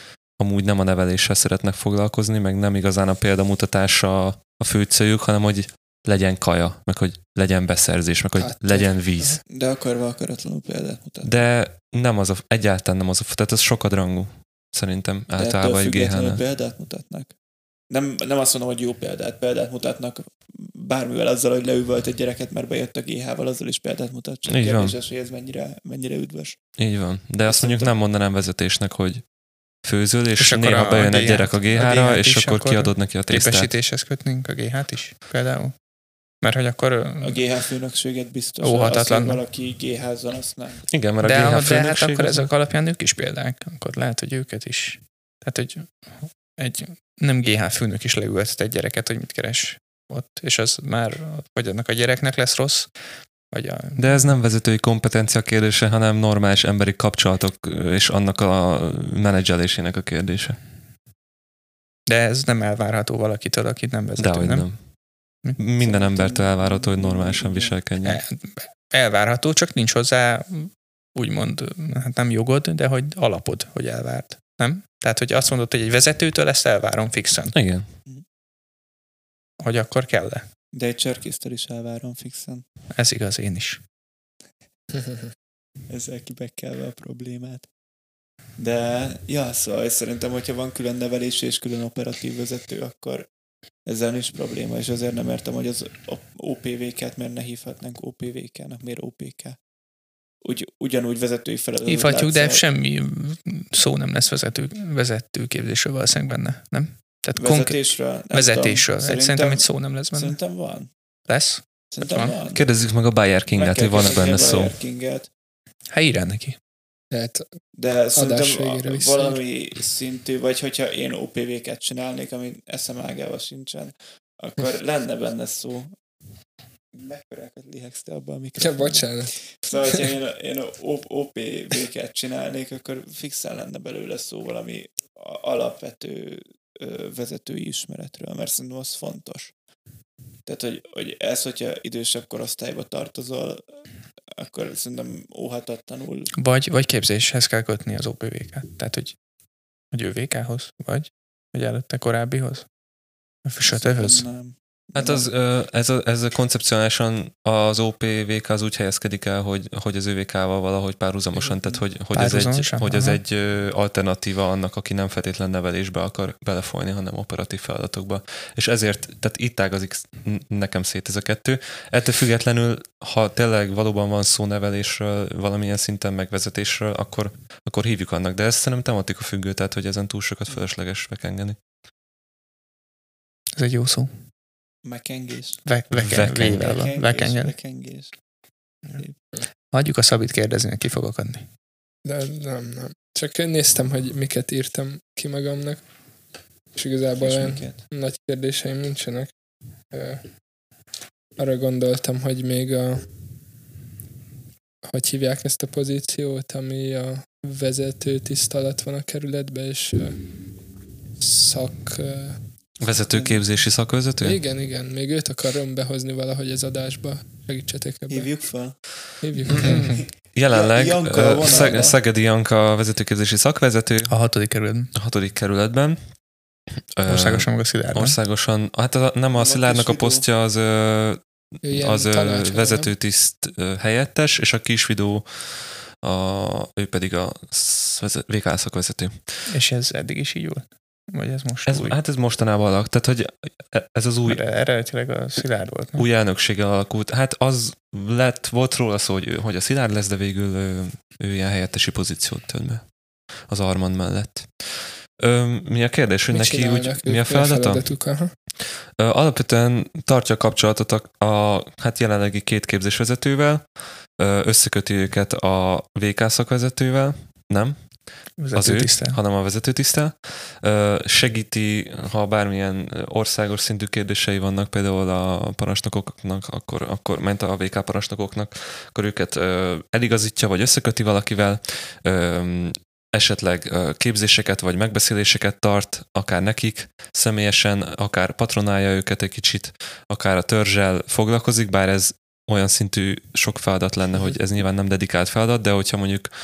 amúgy nem a neveléssel szeretnek foglalkozni, meg nem igazán a példamutatása a fő céljuk, hanem hogy legyen kaja, meg hogy legyen beszerzés, meg hogy Hát, legyen víz. De akarva akaratlanul példát mutatni. De nem az a, egyáltalán nem az a, tehát ez sokadrangú, szerintem De általában egy ettől függetlenül gé hánál. példát mutatnak. Nem, nem azt mondom, hogy jó példát, példát mutatnak bármivel azzal, hogy leüvölt egy gyereket, mert bejött a gé hával, azzal is példát mutat. Csak Így van. kérdéses, hogy ez mennyire, mennyire üdvös. Így van. De azt mondjuk nem mondanám vezetésnek, hogy főzöl, és, És akkor néha a bejön egy gé hát gyerek a gé hára, a gé hát és is akkor akkor kiadod neki a tésztát. Képesítéshez kötnénk a gé hát is például? Mert hogy akkor... A gé há főnökséget biztos. Óhatatlan. Az, hogy valaki gé házzal, azt nem. Igen, mert a De, gé há de hát főnökség akkor az- ezek alapján ők is példák, akkor lehet, hogy őket is. Tehát, hogy egy nem gé há főnök is leültet egy gyereket, hogy mit keres ott, és az már, vagy annak a gyereknek lesz rossz, vagy a... De ez nem vezetői kompetencia kérdése, hanem normális emberi kapcsolatok és annak a menedzselésének a kérdése. De ez nem elvárható valakitől, akit nem vezető, Dehogy nem? nem. Mi? Minden embertől elvárható, hogy normálisan viselkedjen. El- Elvárható, csak nincs hozzá úgymond, hát nem jogod, de hogy alapod, hogy elvárt. Nem? Tehát, hogy azt mondod, hogy egy vezetőtől ezt elvárom fixen. Igen. Hogy akkor kell-e? De egy cserkésztől is elvárom fixen. Ez igaz, én is. Ezzel kibekkelve a problémát. De, ja, szóval szerintem, hogyha van külön nevelési és külön operatív vezető, akkor ezzel nincs probléma, és azért nem értem, hogy az o pé vé ká-t miért ne hívhatnánk o pé vé ká-nak, miért o pé ká. Úgy, ugyanúgy vezetői feladat. Hívhatjuk, de semmi szó nem lesz vezető, vezető képzésről valószínűleg benne, nem? Tehát konkrét Vezetésről? Nem vezetésről. tudom. Egy, szerintem egy szó nem lesz benne. Szerintem van. Lesz? Szerintem Van. van. Kérdezzük meg a Bayer Kinget, Meg hogy kell van-e benne kérdezni a szó. Bayer Kinget, Hát írjál neki. Lehet, de Adás szerintem végére a- visszaír. valami szintű, vagy hogyha én o pé vé ká-t csinálnék, ami eszem ágával sincsen, akkor lenne benne szó. Mekkorákat lihegsz te abban a ja, mikrofonban? bocsánat. Szóval, hogyha én, én o pé vé ká-t csinálnék, akkor fixen lenne belőle szó valami a- alapvető ö, vezetői ismeretről, mert szerintem az fontos. Tehát, hogy, hogy ez, hogyha idősebb korosztályba tartozol, akkor szerintem óhatatlanul Vagy, vagy képzéshez kell kötni az o pé vé ká-t. Tehát, hogy, hogy ő vé ká-hoz, vagy? Vagy előtte korábbihoz? Sötőhöz? szerintem nem. Hát Nem. az, ö, ez, a, ez a koncepcionálisan az o pé vé ká az úgy helyezkedik el, hogy, hogy az ö vé ká-val valahogy párhuzamosan, tehát hogy, hogy ez egy, Párhuzamosan? hogy ez Aha. egy ö, alternatíva annak, aki nem feltétlen nevelésbe akar belefolyni, hanem operatív feladatokba. És ezért, tehát itt ágazik nekem szét ez a kettő. Ettől függetlenül, ha tényleg valóban van szó nevelésről, valamilyen szinten megvezetésről, akkor, akkor hívjuk annak. De ez szerintem tematika függő, tehát hogy ezen túl sokat fölösleges vekengeni. Ez egy jó szó. Megkengés. Ve, veke, Vekengés. vével van. Vekengeni. Vekengés. Hagyjuk a Szabit kérdezni, ki fog akadni. De nem, nem. Csak néztem, hogy miket írtam ki magamnak, és igazából És olyan miket? nagy kérdéseim nincsenek. Ö, Arra gondoltam, hogy még a hogy hívják ezt a pozíciót, ami a vezető tiszt alatt van a kerületben, és ö, szak... ö, Vezetőképzési szakvezető? Igen, igen, még őt akarom behozni valahogy az adásba. Segítsetek ebben. Hívjuk fel. Hívjuk fel. Jelenleg Janka a ö, vonalban. Szeg- Szegedi Janka vezetőképzési szakvezető A hatodik kerületben. a hatodik kerületben. Ö, Országosan meg a Szilárdban. Országosan, hát a, nem a a Szilárdnak a Kisvidó. posztja az, ö, Ő ilyen az ö, tanácsadó, vezetőtiszt ö, helyettes, és a Kisvidó a, ő pedig a vé ká szakvezető. És ez eddig is így volt? Vagy ez most Ez, új? hát ez mostanában alak, tehát hogy ez az új, Mert eredetileg a Szilárd volt, nem? új elnökséggel alakult. Hát az lett, volt róla szó, hogy, ő- hogy a Szilárd lesz, de végül ő, ő ilyen helyettesi pozíciót tölt be az Armand mellett. Ö, mi a kérdés, hogy Mit neki csinálnak úgy, ők? mi a feladata? feladatuk? Aha. Ö, Alapvetően tartja a kapcsolatot a, a hát jelenlegi két képzésvezetővel, ö, összeköti őket a vé ká szakvezetővel, nem? Az ő, Vezetőtisztel. hanem a vezetőtisztel. Ö, Segíti, ha bármilyen országos szintű kérdései vannak például a parancsnokoknak, akkor, akkor ment a vé ká parancsnokoknak, akkor őket ö, eligazítja, vagy összeköti valakivel, ö, esetleg ö, képzéseket, vagy megbeszéléseket tart, akár nekik személyesen, akár patronálja őket egy kicsit, akár a törzsel foglalkozik, bár ez olyan szintű sok feladat lenne, hogy ez nyilván nem dedikált feladat, de hogyha mondjuk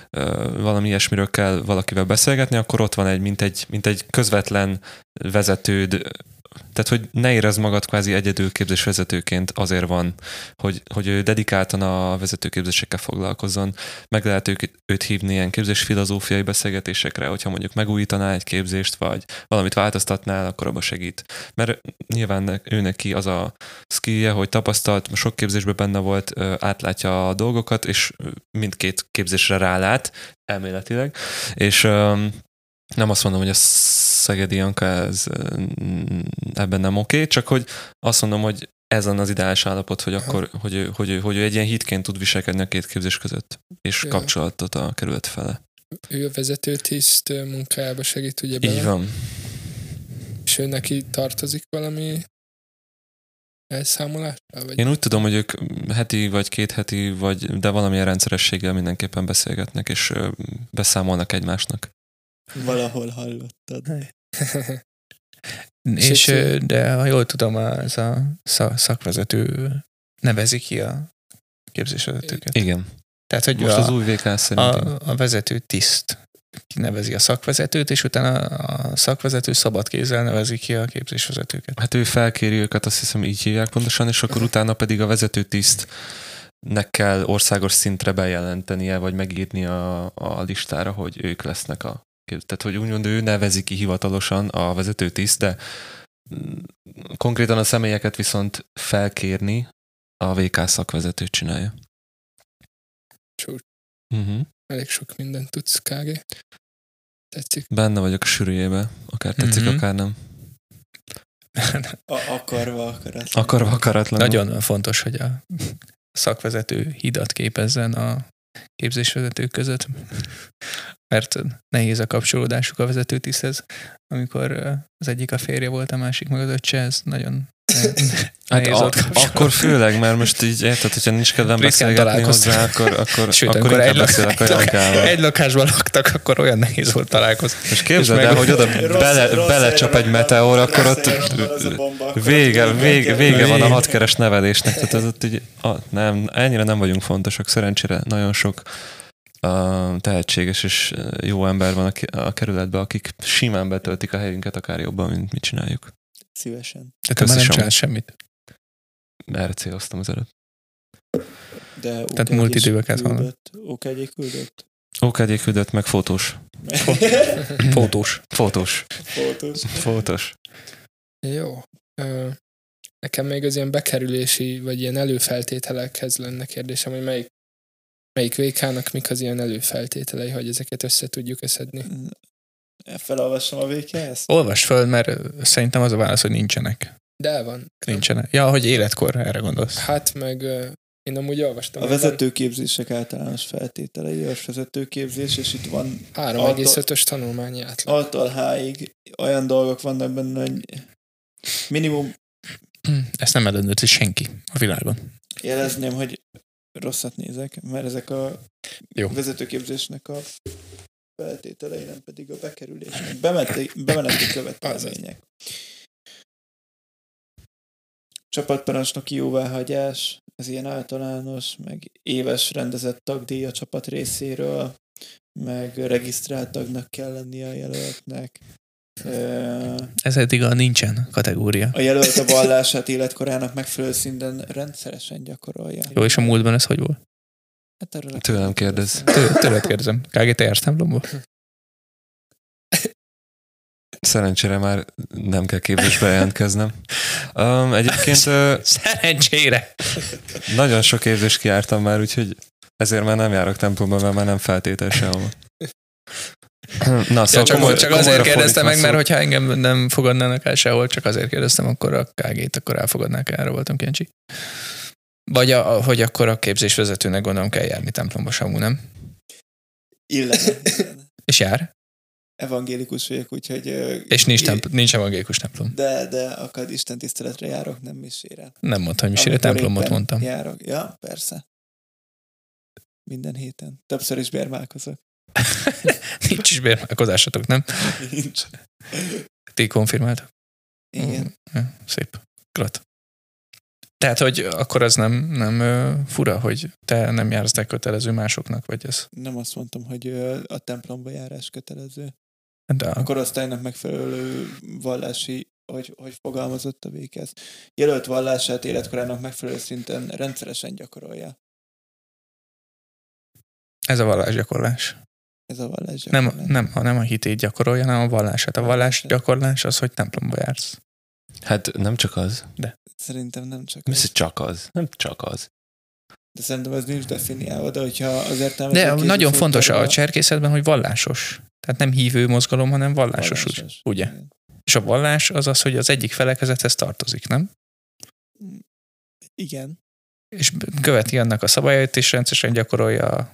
valami ilyesmiről kell valakivel beszélgetni, akkor ott van egy, mint egy, mint egy közvetlen vezetőd, tehát, hogy ne érezd magad kvázi egyedül képzésvezetőként, azért van, hogy, hogy ő dedikáltan a vezetőképzésekkel foglalkozzon. Meg lehet őt, őt hívni ilyen képzésfilozófiai beszélgetésekre, hogyha mondjuk megújítaná egy képzést, vagy valamit változtatnál, akkor abba segít. Mert nyilván ő neki az a skillje, hogy tapasztalt, sok képzésben benne volt, átlátja a dolgokat, és mindkét képzésre rálát, elméletileg, és nem azt mondom, hogy a Szegedi Janka ez ebben nem oké, okay, csak hogy azt mondom, hogy ezen az ideális állapot, hogy akkor, hogy ő, hogy, ő, hogy ő egy ilyen hitként tud viselkedni a két képzés között, és ja. kapcsolatot a kerület fele. Ő a vezetőtiszt munkájába segít, ugye bele? Így van. És ő neki tartozik valami elszámolás? Vagy... Én úgy tudom, hogy ők heti, vagy két heti, vagy, de valamilyen rendszerességgel mindenképpen beszélgetnek, és beszámolnak egymásnak. Valahol hallottad. És, de ha jól tudom, ez a szakvezető nevezi ki a képzésvezetőket. Igen. Tehát, hogy most a, az új vé ká szerintem. A, a vezető tiszt nevezi a szakvezetőt, és utána a szakvezető szabad kézzel nevezi ki a képzésvezetőket. Hát ő felkéri őket, azt hiszem így hívják pontosan, és akkor utána pedig a vezető tisztnek kell országos szintre bejelentenie, vagy megírni a, a listára, hogy ők lesznek a tehát, hogy úgymond ő nevezi ki hivatalosan a vezető tiszt, de konkrétan a személyeket viszont felkérni a vé ká szakvezető csinálja. Csúcs. Uh-huh. Elég sok mindent tudsz, ká gé. Tetszik. Benne vagyok a sűrűjébe. Akár tetszik, uh-huh. akár nem. A- akarva, akaratlan. Akarva, akaratlan. Nagyon fontos, hogy a szakvezető hidat képezzen a képzésvezetők között, mert nehéz a kapcsolódásuk a vezetőtiszthez, amikor az egyik a férje volt, a másik meg az öccse, ez nagyon hát a, akkor főleg, mert most így érted, hogyha nincs kedvem beszélgetni hozzá, akkor, akkor, Sőt, akkor amikor egy, beszélek lak, a Jankával. egy lakásban laktak, akkor olyan nehéz volt találkozni. És képzeld el, hogy oda bele, rossz belecsap egy meteor, akkor ott vége, vége, vége van a hatkeres nevelésnek. Tehát ez ott így, ah, nem, ennyire nem vagyunk fontosak. Szerencsére nagyon sok uh, tehetséges és jó ember van a, a kerületben, akik simán betöltik a helyünket akár jobban, mint mit csináljuk. Szívesen. De te már nem csinálsz semmit. Erre céloztam az előbb. De tehát múlt időbe kellett volna. ó ká gé küldött? ó ká gé küldött, meg fotós. Fotós. Fotós. Fotós. Fotós. Jó. Ö, nekem még az ilyen bekerülési, vagy ilyen előfeltételekhez lenne kérdésem, hogy melyik, melyik vé ká-nak mik az ilyen előfeltételei, hogy ezeket össze tudjuk eszedni. Felolvassam a vé ká ezt? Olvasd föl, mert szerintem az a válasz, hogy nincsenek. De van. Nincsenek. Ja, hogy életkor, erre gondolsz. Hát meg én amúgy olvastam. A vezetőképzések általános feltételei, a vezetőképzés, és itt van három egész ötös tanulmányi átlag. Altól H-ig olyan dolgok vannak benne, hogy minimum... Ezt nem ellenőrzi senki a világon. Jelezném, hogy rosszat nézek, mert ezek a Jó. vezetőképzésnek a feltételei, nem pedig a bekerülésnek. Bemeneti, bemeneti követelmények. Csapatparancsnoki jóváhagyás, ez ilyen általános, meg éves rendezett tagdíj a csapat részéről, meg regisztrált tagnak kell lennie a jelöltnek. Ez eddig a nincsen kategória. A jelölt a vallását életkorának megfelelő szinten rendszeresen gyakorolja. Jó, és a múltban ez hogy volt? Hát tőlem kérdez. Tőled kérdezem. ká gé, te jársz templomból? Szerencsére már nem kell képzésbe jelentkeznem. Um, egyébként... Uh, Szerencsére! Nagyon sok képzést kijártam már, úgyhogy ezért már nem járok templomba, mert már nem feltétel sehova. Na, szóval ja, csak, komoly, csak azért kérdeztem meg, mert hogyha engem nem fogadnának el sehol, csak azért kérdeztem, akkor a ká gét akkor elfogadnák, erre voltam kíváncsi. Vagy a, hogy akkor a képzésvezetőnek gondolom kell járni templomba, Samu, nem? Illetve. És jár? Evangélikus vagyok, úgyhogy... És nincs, templ- nincs evangélikus templom. De, de akad Isten tiszteletre járok, nem misére. Nem mondtam, hogy misére, templomot mondtam. Járok. Ja, persze. Minden héten. Többször is bérmálkozok. Nincs is bérmálkozásatok, nem? Nincs. Ti konfirmáltak? Igen. Ja, szép. Grat. Tehát, hogy akkor az nem, nem ö, fura, hogy te nem jársz, de kötelező másoknak, vagy ez? Nem azt mondtam, hogy ö, a templomba járás kötelező. De A korosztálynak megfelelő vallási, hogy, hogy fogalmazott a vékász. Jelölt vallását életkorának megfelelő szinten rendszeresen gyakorolja. ez a vallásgyakorlás. Ez a Nem, vallásgyakorlás. nem, ha nem a hitét gyakorolja, hanem a vallását. A vallásgyakorlás az, hogy templomba jársz. Hát nem csak az. Szerintem nem csak Mi az. az, csak az? Nem csak az. De szerintem ez nincs definiálva, de hogyha az értelmező De nagyon kézifóttal- fontos a cserkészetben, hogy vallásos. Tehát nem hívő mozgalom, hanem vallásos, vallásos. vallásos. ugye? Igen. És a vallás az az, hogy az egyik felekezethez tartozik, nem? Igen. És követi annak a szabályait, és rendszeresen gyakorolja a...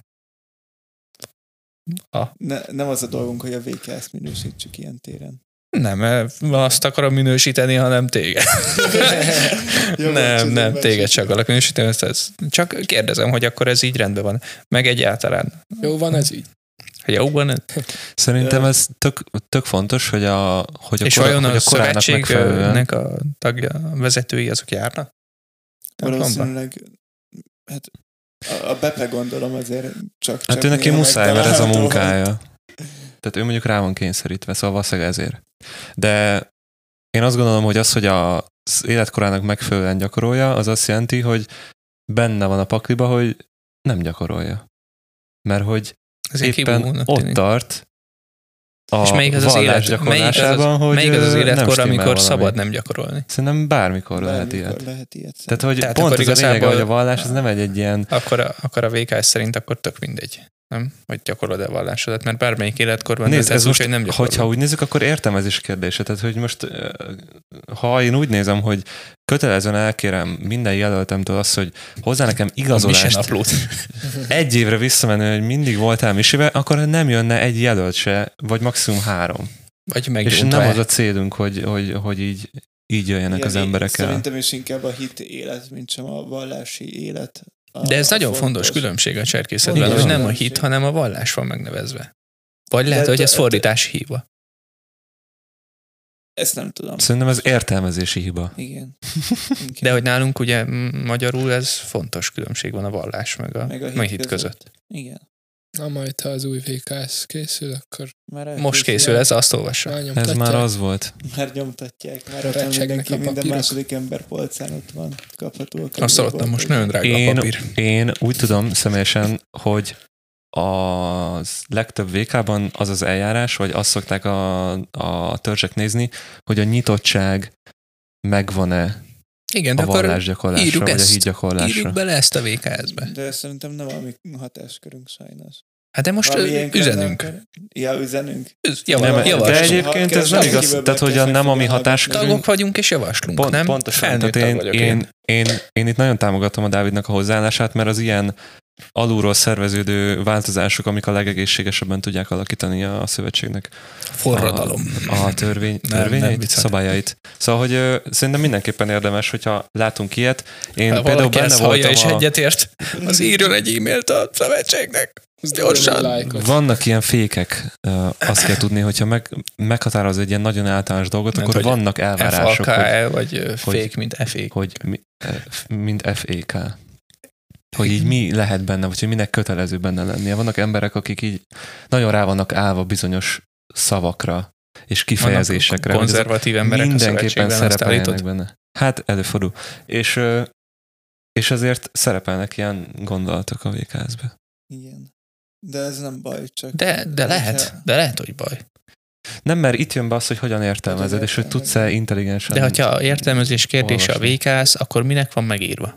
a... Ne, nem az a dolgunk, hogy a vé ká es-t minősítsük ilyen téren. Nem, mert azt akarom minősíteni, hanem téged. Jó, nem, bocs, nem, ez téged egy csak akarok minősíteni. Ez, ez. Csak kérdezem, hogy akkor ez így rendben van. Meg egyáltalán. Jó van ez így. Hogy jó van ez? Szerintem ez tök, tök fontos, hogy a, hogy a, És kora, vajon hogy a a korának megfelelően... szövetségnek a tagja, a vezetői, azok járnak? Templomba? Valószínűleg, hát a, a Bepe gondolom azért csak... Hát csak ő neki néha muszáj, mert ez a megtalálható. munkája. Tehát ő mondjuk rá van kényszerítve, szóval valószínűleg ezért. De én azt gondolom, hogy az, hogy a, az életkorának megfelelően gyakorolja, az azt jelenti, hogy benne van a pakliba, hogy nem gyakorolja. Mert hogy Ezért éppen kibúlnak ott tűnik. tart a És melyik az az vallás élet, melyik az, gyakorlásában, az, hogy melyik az, az ö, életkor, nem stimmel amikor valami. szabad nem gyakorolni? Szerintem bármikor, lehet Bármikor ilyet. lehet ilyet. Tehát, hogy Tehát pont akkor ez a lényeg, igazából- hogy a vallás az nem egy, egy ilyen... Akkor a, akkor a vé ká es szerint akkor tök mindegy. Nem? Hogy gyakorolod-e vallásodat, mert bármelyik életkorban Nézd, ez úgy, most, hogy nem gyakorolod. hogyha úgy nézzük, akkor értelmezés kérdése. Tehát, hogy most, ö, ha én úgy nézem, hogy kötelezően elkérem minden jelöltemtől azt, hogy hozzá nekem A mission igazolást upload. egy évre visszamenő, hogy mindig voltál misibe, akkor nem jönne egy jelölt se, vagy maximum három. Vagy És meggyónta nem el. az a célunk, hogy, hogy, hogy így, így jöjjenek Igen, az én emberek el. Szerintem is inkább a hit élet, mint sem a vallási élet. A, De ez a nagyon fontos különbség a cserkészetben, Fontos hogy nem a különbség. hit, hanem a vallás van megnevezve. Vagy lehet, De- hogy de- ez fordítási hiba. Ezt nem tudom. Szerintem ez értelmezési hiba. Igen. Inkább. De hogy nálunk ugye m- magyarul ez fontos különbség van a vallás meg a, Meg a hit meg a hit között. között. Igen. Na majd, ha az új vé ká es készül, akkor Már Most elkészül készül el- ez, azt olvassa. már Ez nyomtatják. már az volt. Már nyomtatják. Már ott van Recsegnek mindenki, a minden papírok. második ember polcán ott van. Kapható a Azt hallottam, most nagyon drága a Én, papír. én úgy tudom személyesen, hogy a legtöbb vé ká-ban az az eljárás, vagy azt szokták a, a törzsek nézni, hogy a nyitottság megvan-e Igen, de a akkor vallásgyakorlásra, írjuk vagy a ezt. hídgyakorlásra. írjuk bele ezt a vé ká es-be. De ez szerintem nem a mi hatáskörünk sajnos. Hát de most Valami ö, ilyen üzenünk. közben- Ja, üzenünk. Üz- Nem, Javar, de javaslunk. egyébként ez nem igaz, tehát hogy a nem a mi hatáskörünk. Tagok vagyunk és javaslunk, Pont, nem? pontosan, Felnőtt tehát én, tag vagyok én, én, én itt nagyon támogatom a Dávidnak a hozzáállását, mert az ilyen alulról szerveződő változások, amik a legegészségesebben tudják alakítani a, a szövetségnek Forradalom. a, a törvény, Nem, nem törvényeit, viccelek. szabályait. Szóval, hogy ö, szerintem mindenképpen érdemes, hogyha látunk ilyet. Én Ha például valaki benne ezt hallja voltam és a... egyetért, az írjon egy e-mailt a szövetségnek. Gyorsan. Lájkot. Vannak ilyen fékek, ö, azt kell tudni, hogyha meg, meghatároz egy ilyen nagyon általános dolgot, Mert akkor hogy vannak ef á elvárások, hogy, ká e vagy ö, hogy- fake, mint ef á. hogy mi, F- mint ef á ká. Hogy így mi lehet benne, vagy hogy minek kötelező benne lennie. Vannak emberek, akik így nagyon rá vannak állva bizonyos szavakra és kifejezésekre. hogy azok Konzervatív emberek a mindenképpen szövetségben, azt szerepeljenek állítod? benne. Hát előfordul. És, ö, és azért szerepelnek ilyen gondolatok a vé ká es-be. Igen. De ez nem baj, csak... De, de lehet, de lehet, hogy baj. Nem, mert itt jön be az, hogy hogyan értelmezed, Hogyan és hogy értelmezed. tudsz-e intelligensen. De hogyha értelmezés kérdése a olvasni. vé ká es, akkor minek van megírva?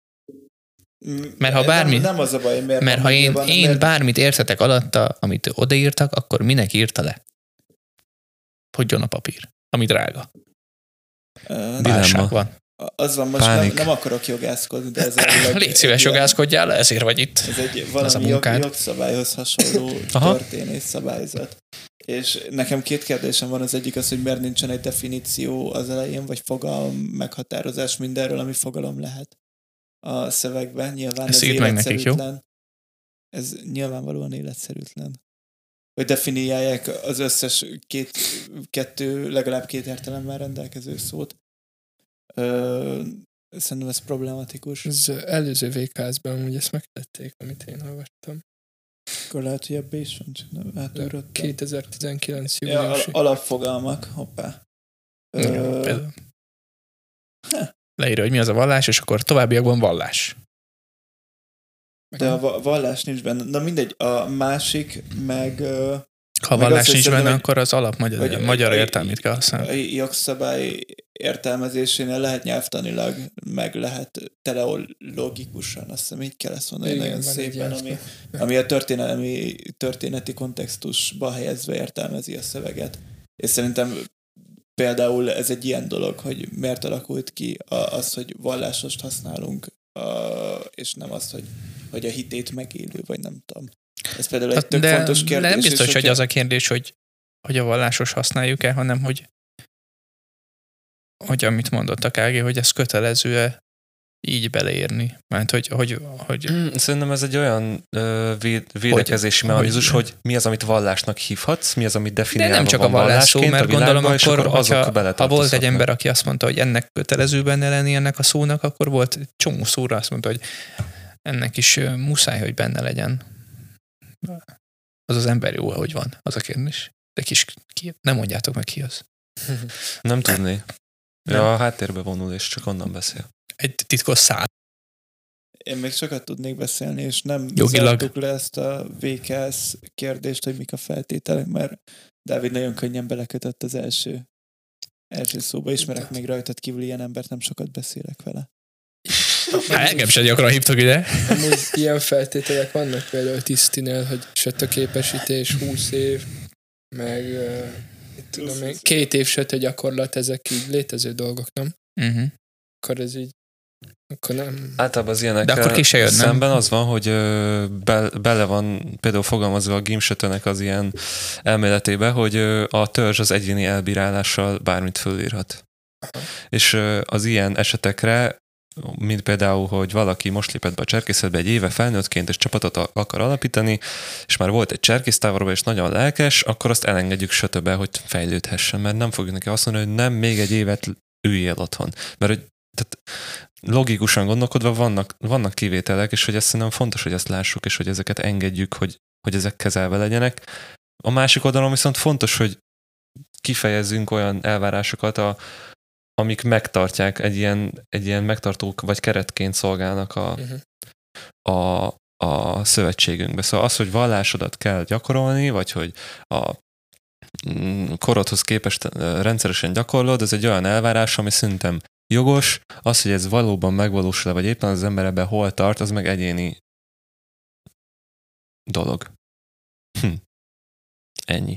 Mm, Mert ha bármi- Nem, nem az a baj, miért Mert van ha én, megírva, hanem én mert- bármit értetek alatta, amit odaírtak, akkor minek írta le? Hogyan a papír, ami drága. Ö, Dilemma. Válság van. Az van, most nem, Pánik. nem akarok jogászkodni, de ez elvileg Légy szíves, egy ilyen- jogászkodjál le, ezért vagy itt. Ez egy Ez a valami jog, munkád. jogszabályhoz hasonló Aha. történész szabályzat. És nekem két kérdésem van, az egyik az, hogy miért nincsen egy definíció az elején, vagy fogalom meghatározás mindenről, ami fogalom lehet a szövegben. Nyilván Ezt ez írd meg nekik, jó? életszerűtlen. Ez nyilvánvalóan életszerűtlen. Hogy definiálják az összes két, kettő, legalább két értelemmel rendelkező szót. Ö, szerintem ez problematikus. Az előző vé ká es-ben amúgy ezt megtették, amit én olvastam. Akkor lehet, hogy ebbe is van, csak nem átugrottam. kétezer-tizenkilenc Ja, júliusi. al- alapfogalmak, hoppá. Ja, Ö, Leírja, hogy mi az a vallás, és akkor továbbiakban vallás. de a va- vallás nincs benne. Na mindegy, a másik, meg ö, Ha Meg vallás azt nincs hiszem, benne, hogy- akkor az alap magyar, vagy- magyar vagy- értelmét kell használni. a jogszabály értelmezésénél lehet nyelvtanilag, meg lehet teleologikusan, azt hiszem így kell ezt mondani, Igen, nagyon van egy szépen, ilyen ami, szó. ami a történelmi, történeti kontextusba helyezve értelmezi a szöveget. És szerintem például ez egy ilyen dolog, hogy miért alakult ki az, hogy vallásost használunk, és nem az, hogy, hogy a hitét megélő, vagy nem tudom. Ez például egy tök de, fontos de kérdés. nem biztos, és hogy hogyha- az a kérdés, hogy, hogy a vallásos használjuk-e, hanem hogy hogy amit mondott a ká gé, hogy ez kötelező-e így beleírni. Mert hogy, hogy, hogy Szerintem ez egy olyan ö, véd, védekezési Hogy- mechanizmus, hogy- hogy mi az, amit vallásnak hívhatsz, mi az, amit de definiálva nem csak a van vallás szó, vallásként mert a világban, gondolom és akkor, akkor azok hogyha, ha volt egy beletartozhatnak. ember, aki azt mondta, hogy ennek kötelező benne lenni ennek a szónak, akkor volt egy csomó szóra azt mondta, hogy ennek is ö, muszáj, hogy benne legyen. Az az ember jó, ahogy van, az a kérdés. De kis, ki, nem mondjátok meg ki az. Nem tudni. Nem. Ja, a háttérbe vonul, és csak onnan beszél. Egy titkos szál. Én még sokat tudnék beszélni, és nem Jogilag. zártuk le ezt a vé ká es kérdést, hogy mik a feltételek, mert Dávid nagyon könnyen belekötött az első, első szóba. Ismerek még rajtad kívül ilyen embert, nem sokat beszélek vele. Hát engem sem gyakran hívtok ide. Amúgy ilyen feltételek vannak például Tisztinél, hogy sötöképesítés húsz év, meg uh, tudom én, két év sötő gyakorlat, ezek így létező dolgok, nem? Uh-huh. Akkor ez így, akkor nem... Általában az ilyenekkel De akkor ki se jön, nem? szemben az van, hogy ö, be, bele van például fogalmazva a Gimsötönek az ilyen elméletébe, hogy ö, a törzs az egyéni elbírálással bármit fölírhat. Aha. És ö, az ilyen esetekre, mint például, hogy valaki most lépett be a cserkészetbe egy éve felnőttként, és csapatot a- akar alapítani, és már volt egy cserkésztáborban, és nagyon lelkes, akkor azt elengedjük sötöbe, hogy fejlődhessen, mert nem fogjuk neki azt mondani, hogy nem, még egy évet üljél otthon. Mert hogy tehát logikusan gondolkodva vannak, vannak kivételek, és hogy ezt szerintem fontos, hogy ezt lássuk, és hogy ezeket engedjük, hogy, hogy ezek kezelve legyenek. A másik oldalon viszont fontos, hogy kifejezzünk olyan elvárásokat, a, amik megtartják, egy ilyen, egy ilyen megtartók vagy keretként szolgálnak a, Uh-huh. a, a szövetségünkbe. Szóval az, hogy vallásodat kell gyakorolni, vagy hogy a mm, korodhoz képest ö, rendszeresen gyakorlod, ez egy olyan elvárás, ami szerintem jogos. Az, hogy ez valóban megvalósul, vagy éppen az ember ebben hol tart, az meg egyéni dolog. Hm. Ennyi.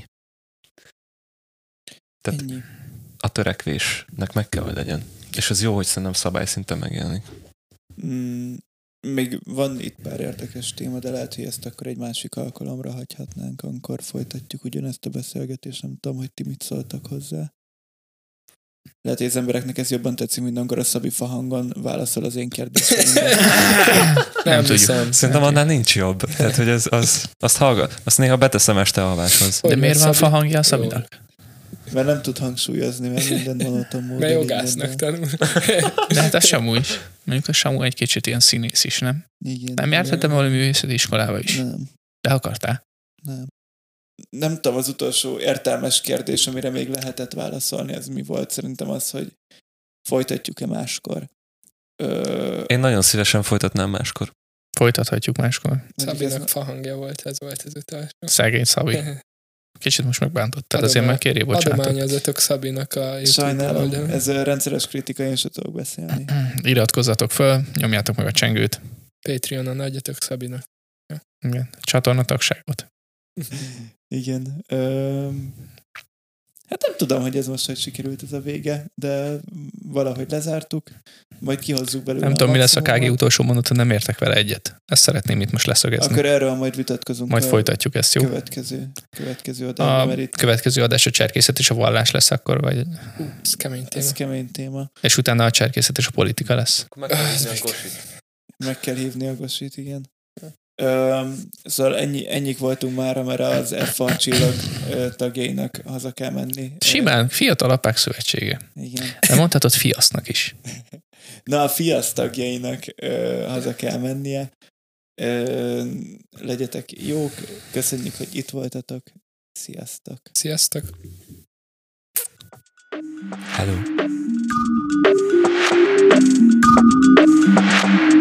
Tehát Ennyi. a törekvésnek meg kell, hogy legyen. És az jó, hogy szerintem szabályszinten megjelenik. Mm, még van itt pár érdekes téma, de lehet, hogy ezt akkor egy másik alkalomra hagyhatnánk, amikor folytatjuk ugyanezt a beszélgetést. Nem tudom, hogy ti mit szóltak hozzá. Lehet, hogy az embereknek ez jobban tetszik, mint amikor a Szabi fahangon válaszol az én kérdéseimre. Nem tudjuk. hiszem. Szerintem annál nincs jobb. Tehát, hogy ez, az, azt hallgat. Azt néha beteszem este alváshoz. De Hogy miért lesz, van Szabi? fa hangja a Jó. Szabinak? Mert nem tud hangsúlyozni, mert minden monoton módon. Mert jogásznak tanul. De hát a Samu is. Mondjuk a Samu egy kicsit ilyen színész is, nem? Igen. Nem jártad valami művészeti iskolába is? Nem, De akartál? nem. Nem tudom, az utolsó értelmes kérdés, amire még lehetett válaszolni, az mi volt? Szerintem az, hogy folytatjuk-e máskor. Ö, Én nagyon szívesen folytatnám máskor. Folytathatjuk máskor. mondjuk ez- Szabinak fahangja volt, ez volt az utolsó. Szegény Szabi. Kicsit most megbántottad, azért Adomány- már kérjél bocsánatot. Adományozatok Szabinak a YouTube Sajnálom, oldalon. ez a rendszeres kritika, én sem tudok beszélni. Iratkozzatok föl, nyomjátok meg a csengőt. Patreonon adjatok Szabinak. Igen. Csatornatagságot. Igen. Ö, hát nem tudom, hogy ez most hogy sikerült ez a vége, de valahogy lezártuk, majd kihozzuk belőle. Nem tudom, mi lesz a ká gé maximumot. utolsó mondaton, nem értek vele egyet. Ezt szeretném itt most leszögezni. Akkor erről majd vitatkozunk. Majd a folytatjuk ezt, jó? Következő, következő adásban, A mert itt következő adás a cserkészet és a vallás lesz akkor, vagy... Ez kemény téma. ez kemény téma. És utána a cserkészet és a politika lesz. Meg kell hívni a Meg kell hívni a Gosit, igen. Öm, szóval ennyi, ennyik voltunk már, mert az ef á csillag ö, tagjainak haza kell menni. Simán, Fiatal Apák Szövetsége. Ö, igen. De mondhatod fiasznak is. Na, a fiasz tagjainak ö, haza kell mennie. Ö, legyetek jók, köszönjük, hogy itt voltatok. Sziasztok! Sziasztok! Hello!